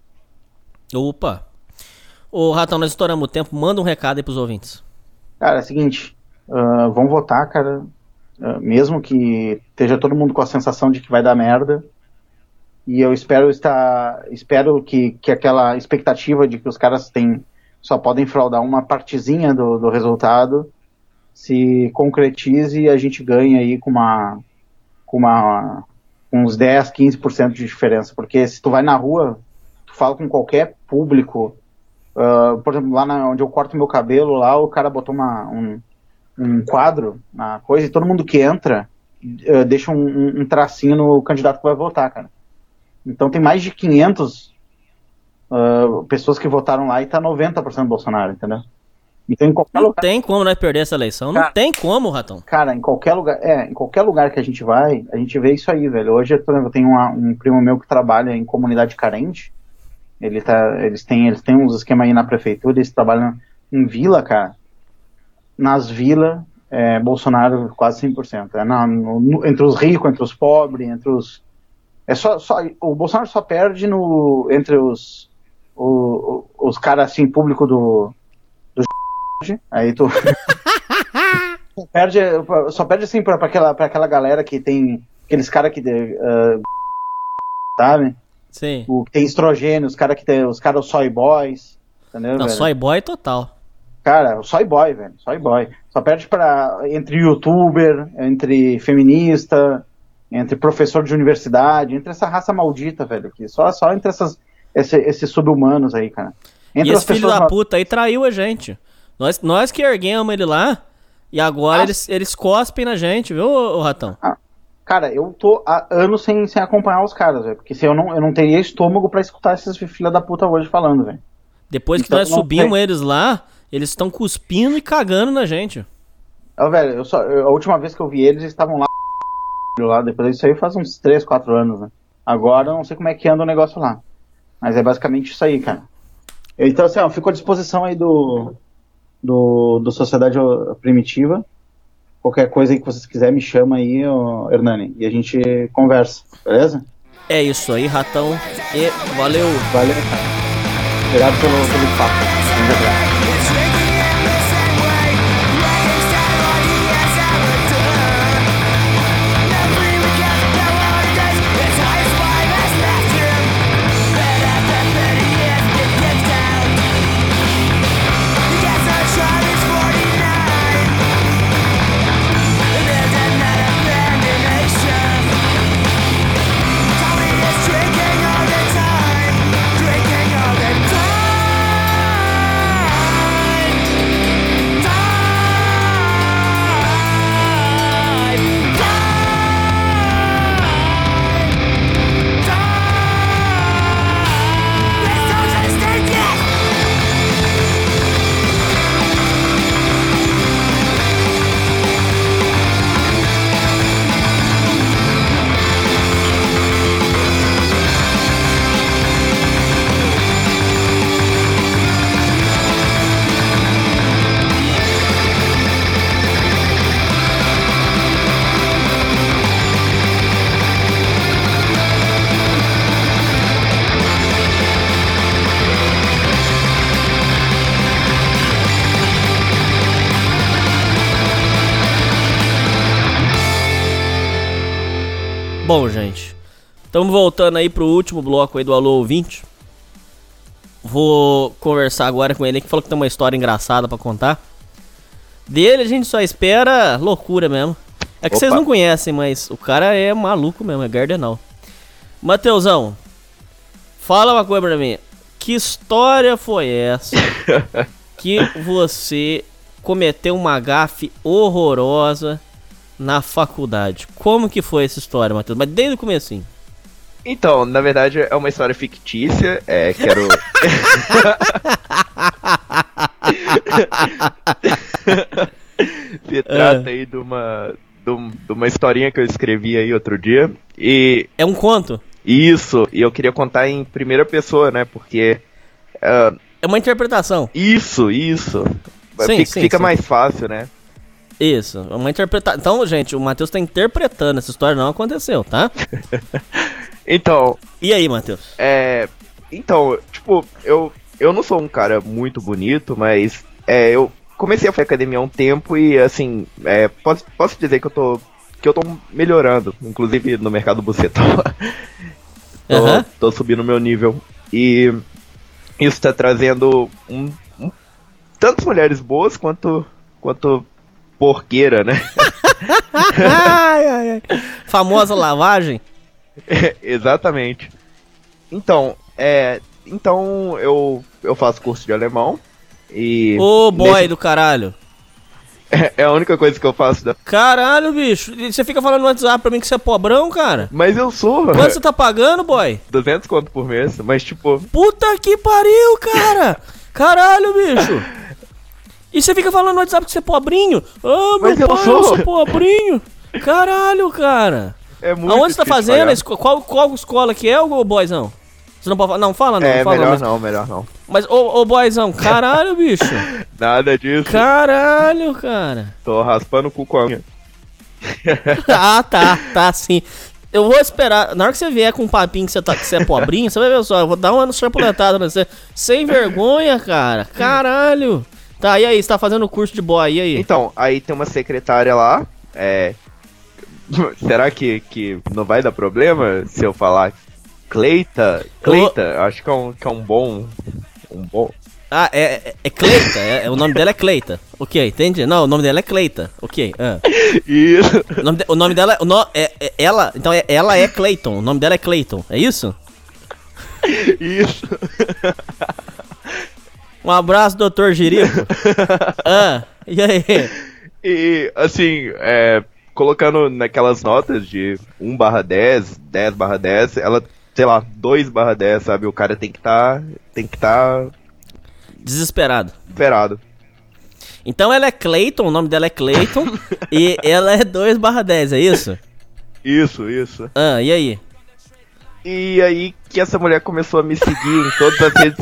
S9: Opa! Ô, Ratão, nós estouramos o tempo. Manda um recado aí pros ouvintes.
S6: Cara, é o seguinte. Uh, vão votar, cara. Uh, mesmo que esteja todo mundo com a sensação de que vai dar merda. E eu espero estar... Espero que, que aquela expectativa de que os caras têm, só podem fraudar uma partezinha do, do resultado se concretize e a gente ganhe aí com uma... Com uma uns dez, quinze por cento de diferença. Porque se tu vai na rua, tu fala com qualquer público... Uh, por exemplo, lá na, onde eu corto meu cabelo, lá o cara botou uma, um, um quadro na coisa e todo mundo que entra uh, deixa um, um, um tracinho no candidato que vai votar, cara. Então tem mais de quinhentas uh, pessoas que votaram lá e tá noventa por cento Bolsonaro, entendeu? Então em qualquer
S9: não
S6: lugar...
S9: tem como nós perder essa eleição, cara, não tem como, Ratão.
S6: Cara, em qualquer lugar, é, em qualquer lugar que a gente vai, a gente vê isso aí, velho. Hoje, por exemplo, eu tenho uma, um primo meu que trabalha em comunidade carente. Ele tá, eles, têm, eles têm uns esquemas aí na prefeitura, eles trabalham em vila, cara. Nas vilas, é, Bolsonaro quase cem por cento. É na, no, entre os ricos, entre os pobres, entre os... É só, só, o Bolsonaro só perde no, entre os, o, os caras assim, público do... do aí tu... perde, só perde assim pra, pra, aquela, pra aquela galera que tem... Aqueles caras que... Uh, sabe?
S9: Sim.
S6: O que tem estrogênio, os caras que tem, os caras soy boys, entendeu?
S9: Não,
S6: velho?
S9: soy boy total.
S6: Cara, o soy boy, velho, soy boy. Só perde para entre youtuber, entre feminista, entre professor de universidade, entre essa raça maldita, velho, que só só entre essas esse, esses sub-humanos aí, cara. Entre
S9: e esse filho da
S6: mal...
S9: puta aí traiu a gente. Nós, nós que erguemos ele lá e agora ah. eles, eles cospem na gente, viu, ô Ratão?
S6: Ah. Cara, eu tô há anos sem, sem acompanhar os caras, velho. Porque se eu não, eu não teria estômago pra escutar esses filha da puta hoje falando, velho.
S9: Depois que então, nós subimos sei. eles lá, eles estão cuspindo e cagando na gente.
S6: Ó, velho, eu só, eu, a última vez que eu vi eles, eles estavam lá, lá. Depois disso aí faz uns três, quatro anos, né? Agora eu não sei como é que anda o negócio lá. Mas é basicamente isso aí, cara. Então, assim, ó, eu fico à disposição aí do, do, do Sociedade Primitiva. Qualquer coisa aí que vocês quiserem, me chama aí, ó, Hernani, e a gente conversa, beleza?
S9: É isso aí, Ratão, e valeu.
S6: Valeu, cara. Obrigado pelo, pelo papo. Um abraço.
S9: Bom, gente, estamos voltando aí pro último bloco aí do Alô Ouvinte. Vou conversar agora com ele que falou que tem uma história engraçada pra contar. Dele a gente só espera loucura mesmo. É que Opa. Vocês não conhecem, mas o cara é maluco mesmo, é Gardenal. Mateusão, fala uma coisa pra mim. Que história foi essa que você cometeu uma gafe horrorosa na faculdade? Como que foi essa história, Matheus? Mas desde o comecinho.
S13: Então, na verdade é uma história fictícia. É, quero... Se trata aí de uma... de uma historinha que eu escrevi aí outro dia. E...
S9: É um conto?
S13: Isso, e eu queria contar em primeira pessoa, né, porque... Uh...
S9: É uma interpretação.
S13: Isso, isso.
S9: Sim,
S13: fica
S9: sim,
S13: fica
S9: sim.
S13: mais fácil, né?
S9: Isso, é uma interpretação. Então, gente, o Matheus tá interpretando, essa história não aconteceu, tá?
S13: Então...
S9: E aí, Matheus?
S13: É... Então, tipo, eu, eu não sou um cara muito bonito, mas é, eu comecei a fazer academia há um tempo e, assim, é, posso, posso dizer que eu tô... que eu tô melhorando, inclusive no mercado bucetão. tô, uhum. tô subindo meu nível. E isso tá trazendo um, um, tantas mulheres boas quanto, quanto porqueira, né?
S9: ai, ai, ai. Famosa lavagem?
S13: É, exatamente. Então, é, então eu, eu faço curso de alemão. E
S9: Ô, oh, boy
S13: nesse...
S9: do caralho.
S13: É a única coisa que eu faço. Da...
S9: Caralho, bicho. E você fica falando no WhatsApp pra mim que você é pobrão, cara?
S13: Mas eu sou.
S9: Quanto você tá pagando, boy?
S13: duzentos conto por mês, mas tipo...
S9: Puta que pariu, cara! Caralho, bicho. E você fica falando no WhatsApp que você é pobrinho? Ah, oh, meu
S13: mas
S9: pai,
S13: eu sou.
S9: eu sou pobrinho. Caralho, cara.
S13: É muito
S9: Aonde você tá fazendo? Esco... Qual, qual escola que é, ô boyzão? Você não pode falar? Não, fala não.
S13: É,
S9: fala,
S13: melhor
S9: mas...
S13: não, melhor não.
S9: Mas, ô, ô boyzão, caralho, bicho.
S13: Nada disso.
S9: Caralho, cara.
S13: Tô raspando o cu com a minha.
S9: Ah, tá, tá sim. Eu vou esperar, na hora que você vier com um papinho que você, tá, que você é pobrinho, você vai ver só, eu vou dar uma chapuletada pra você. Sem vergonha, cara. Caralho. Tá, e aí, você tá fazendo o curso de boy, e aí?
S13: Então, aí tem uma secretária lá, é... Será que, que não vai dar problema se eu falar Cleita? Cleita, eu... acho que é um, que é um bom... Um bom...
S9: Ah, é, é, é Cleita, é, o nome dela é Cleita. Ok, entendi. Não, o nome dela é Cleita. Ok. Uh.
S13: Isso.
S9: O nome, de, o nome dela o no, é, é ela, então é, ela é Clayton. O nome dela é Clayton. É isso?
S13: Isso.
S9: Um abraço, doutor Jerico. Ah, e aí?
S13: E assim, é, colocando naquelas notas de um barra dez, dez barra dez, ela, sei lá, dois barra dez, sabe? O cara tem que tá, tem que tá
S9: desesperado.
S13: Desesperado.
S9: Então ela é Clayton, o nome dela é Clayton e ela é dois barra dez, é isso?
S13: Isso, isso.
S9: Ah, e aí?
S13: E aí que essa mulher começou a me seguir em todas as redes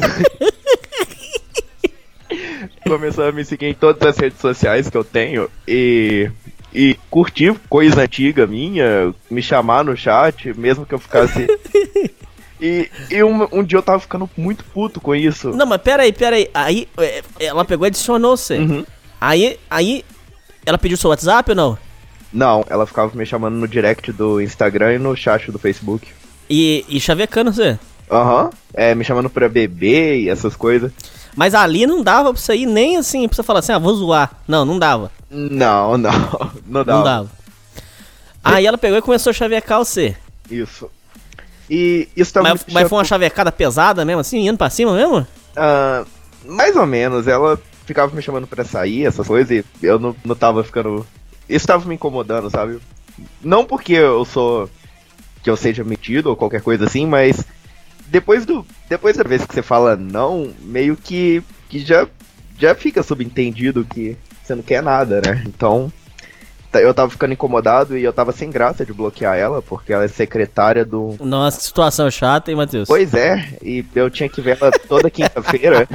S13: começou a me seguir em todas as redes sociais que eu tenho e e curtir coisa antiga minha, me chamar no chat, mesmo que eu ficasse E, e um, um dia eu tava ficando muito puto com isso.
S9: Não, mas pera aí, pera aí. Aí ela pegou e adicionou você.
S13: Uhum.
S9: Aí, aí ela pediu seu WhatsApp ou não?
S13: Não, ela ficava me chamando no direct do Instagram e no chat do Facebook.
S9: E, e chavecando você?
S13: Aham, uhum. É, me chamando pra beber e essas coisas.
S9: Mas ali não dava pra você ir nem assim, pra você falar assim, ah, vou zoar. Não, não dava.
S13: Não, não, não dava.
S9: Não dava. Aí ela pegou e começou a chavecar você.
S13: Isso. E isso tá
S9: mas,
S13: muito
S9: mas foi uma chavecada pesada mesmo, assim, indo pra cima mesmo?
S13: Uh, mais ou menos, ela ficava me chamando pra sair, essas coisas, e eu não, não tava ficando... Isso tava me incomodando, sabe? Não porque eu sou... que eu seja metido ou qualquer coisa assim, mas... Depois do... Depois da vez que você fala não, meio que... Que já, já fica subentendido que você não quer nada, né? Então... Eu tava ficando incomodado e eu tava sem graça de bloquear ela, porque ela é secretária do...
S9: Nossa, que situação chata, hein, Matheus?
S13: Pois é, e eu tinha que ver ela toda quinta-feira.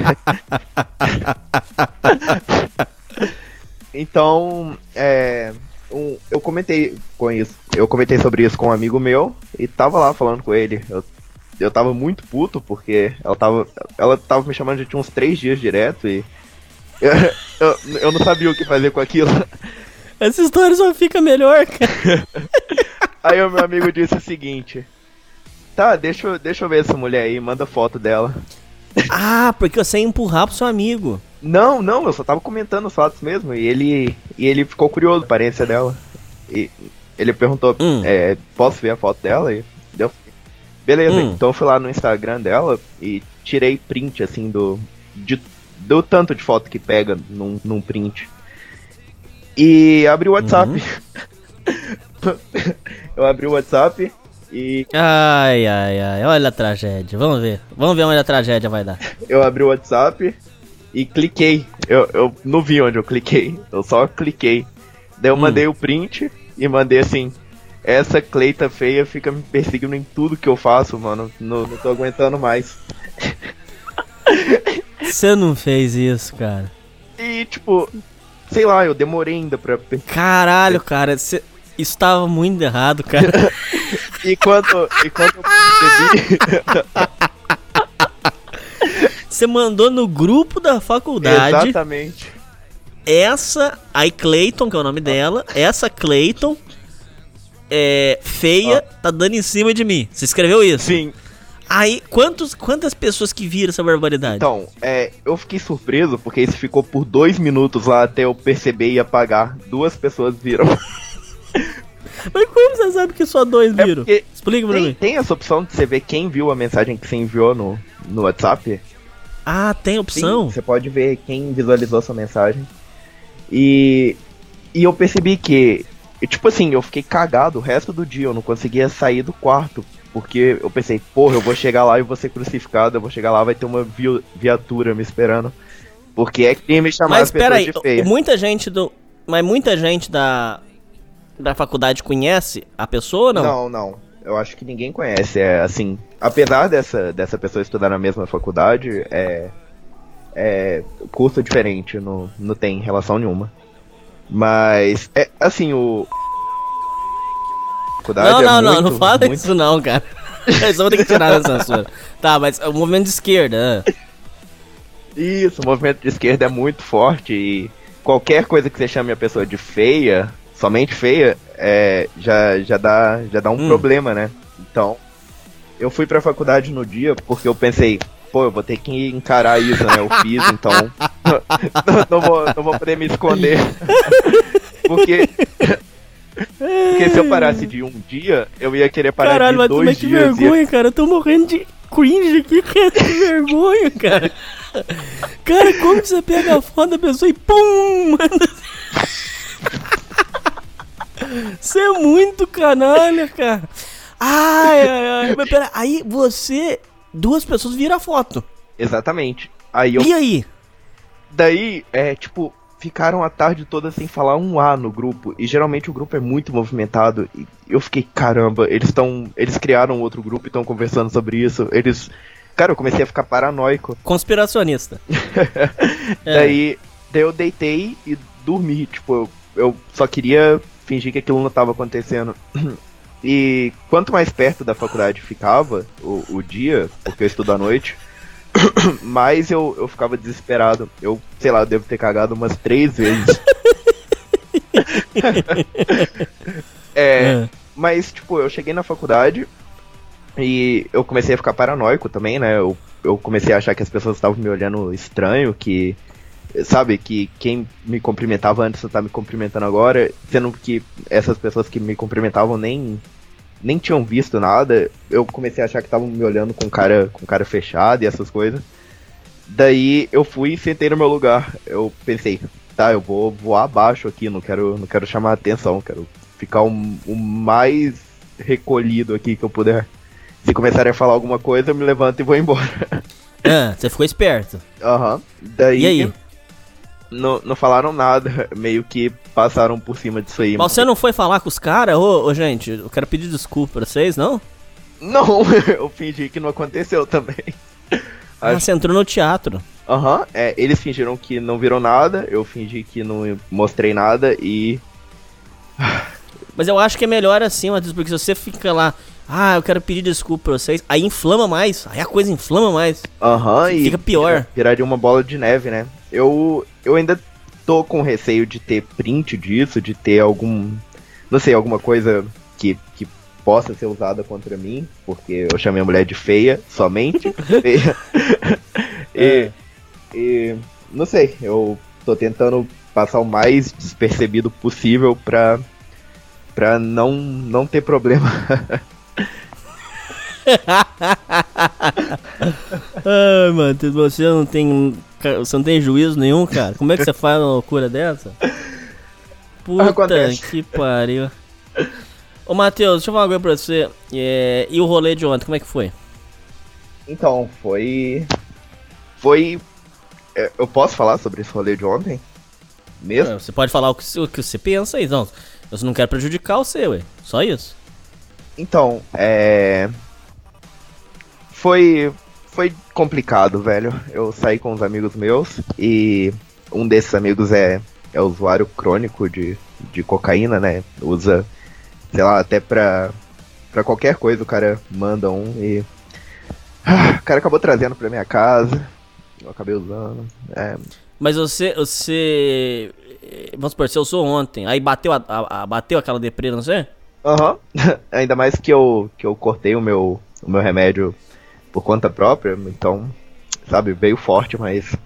S13: Então, é... Um, eu comentei com isso, eu comentei sobre isso com um amigo meu e tava lá falando com ele. Eu, eu tava muito puto, porque ela tava, ela tava me chamando de uns três dias direto e... Eu, eu, eu não sabia o que fazer com aquilo.
S9: Essa história só fica melhor, cara.
S13: Aí o meu amigo disse o seguinte: tá, deixa, eu- deixa eu ver essa mulher aí, manda foto dela.
S9: Ah, porque você ia empurrar pro seu amigo.
S13: Não, não, eu só tava comentando os fatos mesmo. E ele, e ele ficou curioso com a aparência dela. E ele perguntou:
S9: Hum.
S13: é, posso ver a foto dela? E deu. Beleza,
S9: Hum.
S13: então eu fui lá no Instagram dela e tirei print, assim, do, de, do tanto de foto que pega num, num print. E abri o WhatsApp.
S9: Uhum.
S13: Eu abri o WhatsApp e
S9: Ai, ai, ai, olha a tragédia. Vamos ver. Vamos ver onde a tragédia vai dar.
S13: eu abri o WhatsApp e cliquei. Eu, eu não vi onde eu cliquei, eu só cliquei. Daí eu
S9: Hum.
S13: mandei o print e mandei assim: essa Cleita feia fica me perseguindo em tudo que eu faço, mano. Não, não tô aguentando mais.
S9: Você não fez isso, cara.
S13: E tipo, sei lá, eu demorei ainda pra. per-
S9: Caralho, cara, cê... isso tava muito errado, cara.
S13: E quando, e quando eu percebi.
S9: Você mandou no grupo da faculdade.
S13: Exatamente.
S9: Essa, a Clayton, que é o nome dela, essa Clayton é feia, tá dando em cima de mim. Você escreveu isso?
S13: Sim.
S9: Aí, quantos, quantas pessoas que viram essa barbaridade?
S13: Então, é, eu fiquei surpreso porque isso ficou por dois minutos lá até eu perceber e apagar. Duas pessoas viram.
S9: Mas como você sabe que só dois
S13: É
S9: viram?
S13: porque
S9: Explica pra
S13: tem,
S9: mim.
S13: tem essa opção de você ver quem viu a mensagem que você enviou no, no WhatsApp?
S9: Ah, tem opção?
S13: Sim, você pode ver quem visualizou sua mensagem. E, e eu percebi que, tipo assim, eu fiquei cagado o resto do dia, eu não conseguia sair do quarto. Porque eu pensei, porra, eu vou chegar lá e vou ser crucificado, eu vou chegar lá, vai ter uma vi- viatura me esperando. Porque é crime chamar
S9: Mas
S13: as pessoas
S9: peraí,
S13: de feia.
S9: muita gente do. Mas muita gente da. Da faculdade conhece a pessoa ou não?
S13: Não, não. Eu acho que ninguém conhece. É assim, apesar dessa, dessa pessoa estudar na mesma faculdade, é. É. Curso diferente, não, não tem relação nenhuma. Mas. É assim, o.
S9: Não, não,
S13: é
S9: não,
S13: muito,
S9: não fala
S13: muito-
S9: isso não, cara. Isso eu vou ter que tirar da censura. Tá, mas o movimento de esquerda. ah.
S13: Isso, o movimento de esquerda é muito forte e qualquer coisa que você chame a pessoa de feia, somente feia, é, já, já, dá, já dá um
S9: Hum.
S13: problema, né? Então, eu fui pra faculdade no dia porque eu pensei, pô, eu vou ter que encarar isso, né? Eu fiz, então não, não vou, não vou poder me esconder. Porque, porque se eu parasse de um dia, eu ia querer parar
S9: Caralho,
S13: de
S9: mas,
S13: dois
S9: mas que
S13: dias. ia-
S9: vergonha, cara. Eu tô morrendo de cringe aqui, cara. Que vergonha, cara. Cara, como que você pega a foto da pessoa e pum! Manda... Você é muito canalha, cara. Ai, ai, ai. Mas pera, aí você... Duas pessoas viram a foto.
S13: Exatamente. Aí eu
S9: E aí?
S13: Daí, é, tipo, ficaram a tarde toda sem falar um A no grupo. E geralmente o grupo é muito movimentado. E eu fiquei, caramba, eles estão. Eles criaram outro grupo e estão conversando sobre isso. Eles. Cara, eu comecei a ficar paranoico.
S9: Conspiracionista. É.
S13: Daí, daí eu deitei e dormi. Tipo, eu, eu só queria fingir que aquilo não tava acontecendo. E quanto mais perto da faculdade ficava o, o dia, porque eu estudo à noite, mais eu, eu ficava desesperado. Eu, sei lá, eu devo ter cagado umas três vezes. é,
S9: É.
S13: mas, tipo, eu cheguei na faculdade e eu comecei a ficar paranoico também, né? Eu, eu comecei a achar que as pessoas estavam me olhando estranho, que... Sabe, que quem me cumprimentava antes não tá me cumprimentando agora, sendo que essas pessoas que me cumprimentavam nem, nem tinham visto nada. Eu comecei a achar que estavam me olhando com cara, com cara fechada e essas coisas. Daí eu fui e sentei no meu lugar. Eu pensei, tá, eu vou voar abaixo aqui, não quero, não quero chamar atenção, quero ficar o, o mais recolhido aqui que eu puder. Se começarem a falar alguma coisa, eu me levanto e vou embora.
S9: Ah, você ficou esperto.
S13: Aham. Daí...
S9: E aí?
S13: Não, não falaram nada, meio que passaram por cima disso aí.
S9: Mas você não foi falar com os caras? Ô, ô, gente, eu quero pedir desculpa pra vocês, não?
S13: Não, eu fingi que não aconteceu também.
S9: Ah,
S13: Acho-
S9: você entrou no teatro.
S13: Aham, é, eles fingiram que não viram nada, eu fingi que não mostrei nada e...
S9: Mas eu acho que é melhor assim, Matheus, porque se você fica lá, ah, eu quero pedir desculpa pra vocês, aí inflama mais, aí a coisa inflama mais.
S13: Aham, e...
S9: Fica pior.
S13: Viraria uma bola de neve, né? Eu, eu ainda tô com receio de ter print disso, de ter algum... Não sei, alguma coisa que, que possa ser usada contra mim, porque eu chamei a mulher de feia, somente. e, e, e não sei, eu tô tentando passar o mais despercebido possível pra, pra não, não ter problema.
S9: Ai, mano, você não tem. Você não tem juízo nenhum, cara? Como é que você faz uma loucura dessa? Puta Acontece. que pariu. Ô Matheus, deixa eu falar uma coisa pra você. É, e o rolê de ontem, como é que foi?
S13: Então, foi. Foi. Eu posso falar sobre esse rolê de ontem? Mesmo?
S9: Você pode falar o que, o que você pensa aí, então. Eu não quero prejudicar o seu, ué. Só isso.
S13: Então, é. Foi. Foi complicado, velho. Eu saí com uns amigos meus e um desses amigos é, é usuário crônico de, de cocaína, né? Usa, sei lá, até pra, pra qualquer coisa o cara manda um e... Ah, o cara acabou trazendo pra minha casa, eu acabei usando. É...
S9: Mas você, você... Vamos supor, você usou ontem, aí bateu, a, a, bateu aquela deprê, não sei?
S13: Aham, uhum. Ainda mais que eu, que eu cortei o meu, o meu remédio por conta própria, então, sabe, veio forte, mas...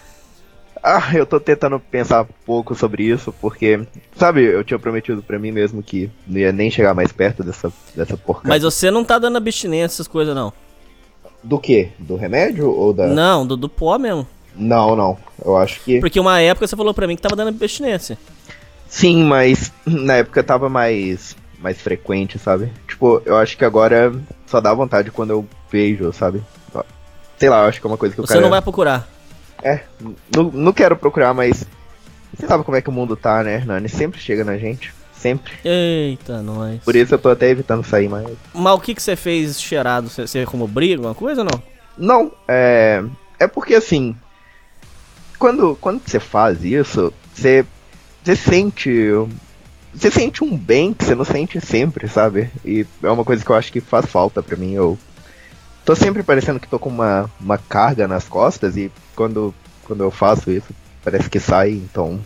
S13: Ah, eu tô tentando pensar pouco sobre isso, porque, sabe, eu tinha prometido pra mim mesmo que não ia nem chegar mais perto dessa, dessa porcaria.
S9: Mas você não tá dando abstinência, essas coisas, não?
S13: Do quê? Do remédio ou da...
S9: Não, do, do pó mesmo.
S13: Não, não, eu acho que...
S9: Porque uma época você falou pra mim que tava dando abstinência.
S13: Sim, mas na época tava mais, mais frequente, sabe? Tipo, eu acho que agora só dá vontade quando eu vejo, sabe? Sei lá, eu acho que é uma coisa que o
S9: Você
S13: cara...
S9: não vai procurar.
S13: É, não, não quero procurar, mas... Você sabe como é que o mundo tá, né, Hernani? Sempre chega na gente, sempre.
S9: Eita, nós.
S13: Por isso eu tô até evitando sair mais.
S9: Mas o que que você fez cheirado? Você, você como briga, alguma coisa ou não?
S13: Não, é... É porque assim... Quando, quando você faz isso, você... Você sente... Você sente um bem que você não sente sempre, sabe? E é uma coisa que eu acho que faz falta pra mim. Eu tô sempre parecendo que tô com uma, uma carga nas costas e quando, quando eu faço isso, parece que sai. Então,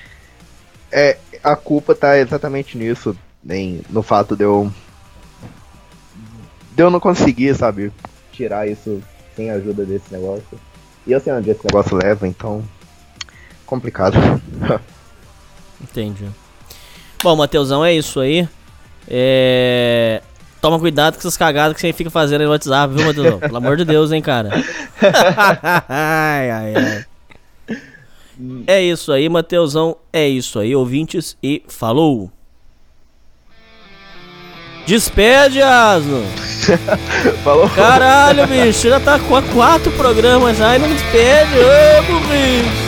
S13: é, a culpa tá exatamente nisso, nem no fato de eu... De eu não conseguir, sabe, tirar isso sem a ajuda desse negócio. E eu sei onde esse negócio leva, então... Complicado.
S9: Entendi. Bom, Mateusão, é isso aí. É... Toma cuidado com essas cagadas que você fica fazendo aí no WhatsApp, viu, Mateusão? Pelo amor de Deus, hein, cara. ai, ai, ai. É isso aí, Mateusão. É isso aí, ouvintes. E falou. Despede, Asno.
S13: Falou.
S9: Caralho, bicho. Já tá com quatro programas já e não despede. Ô, burrinho.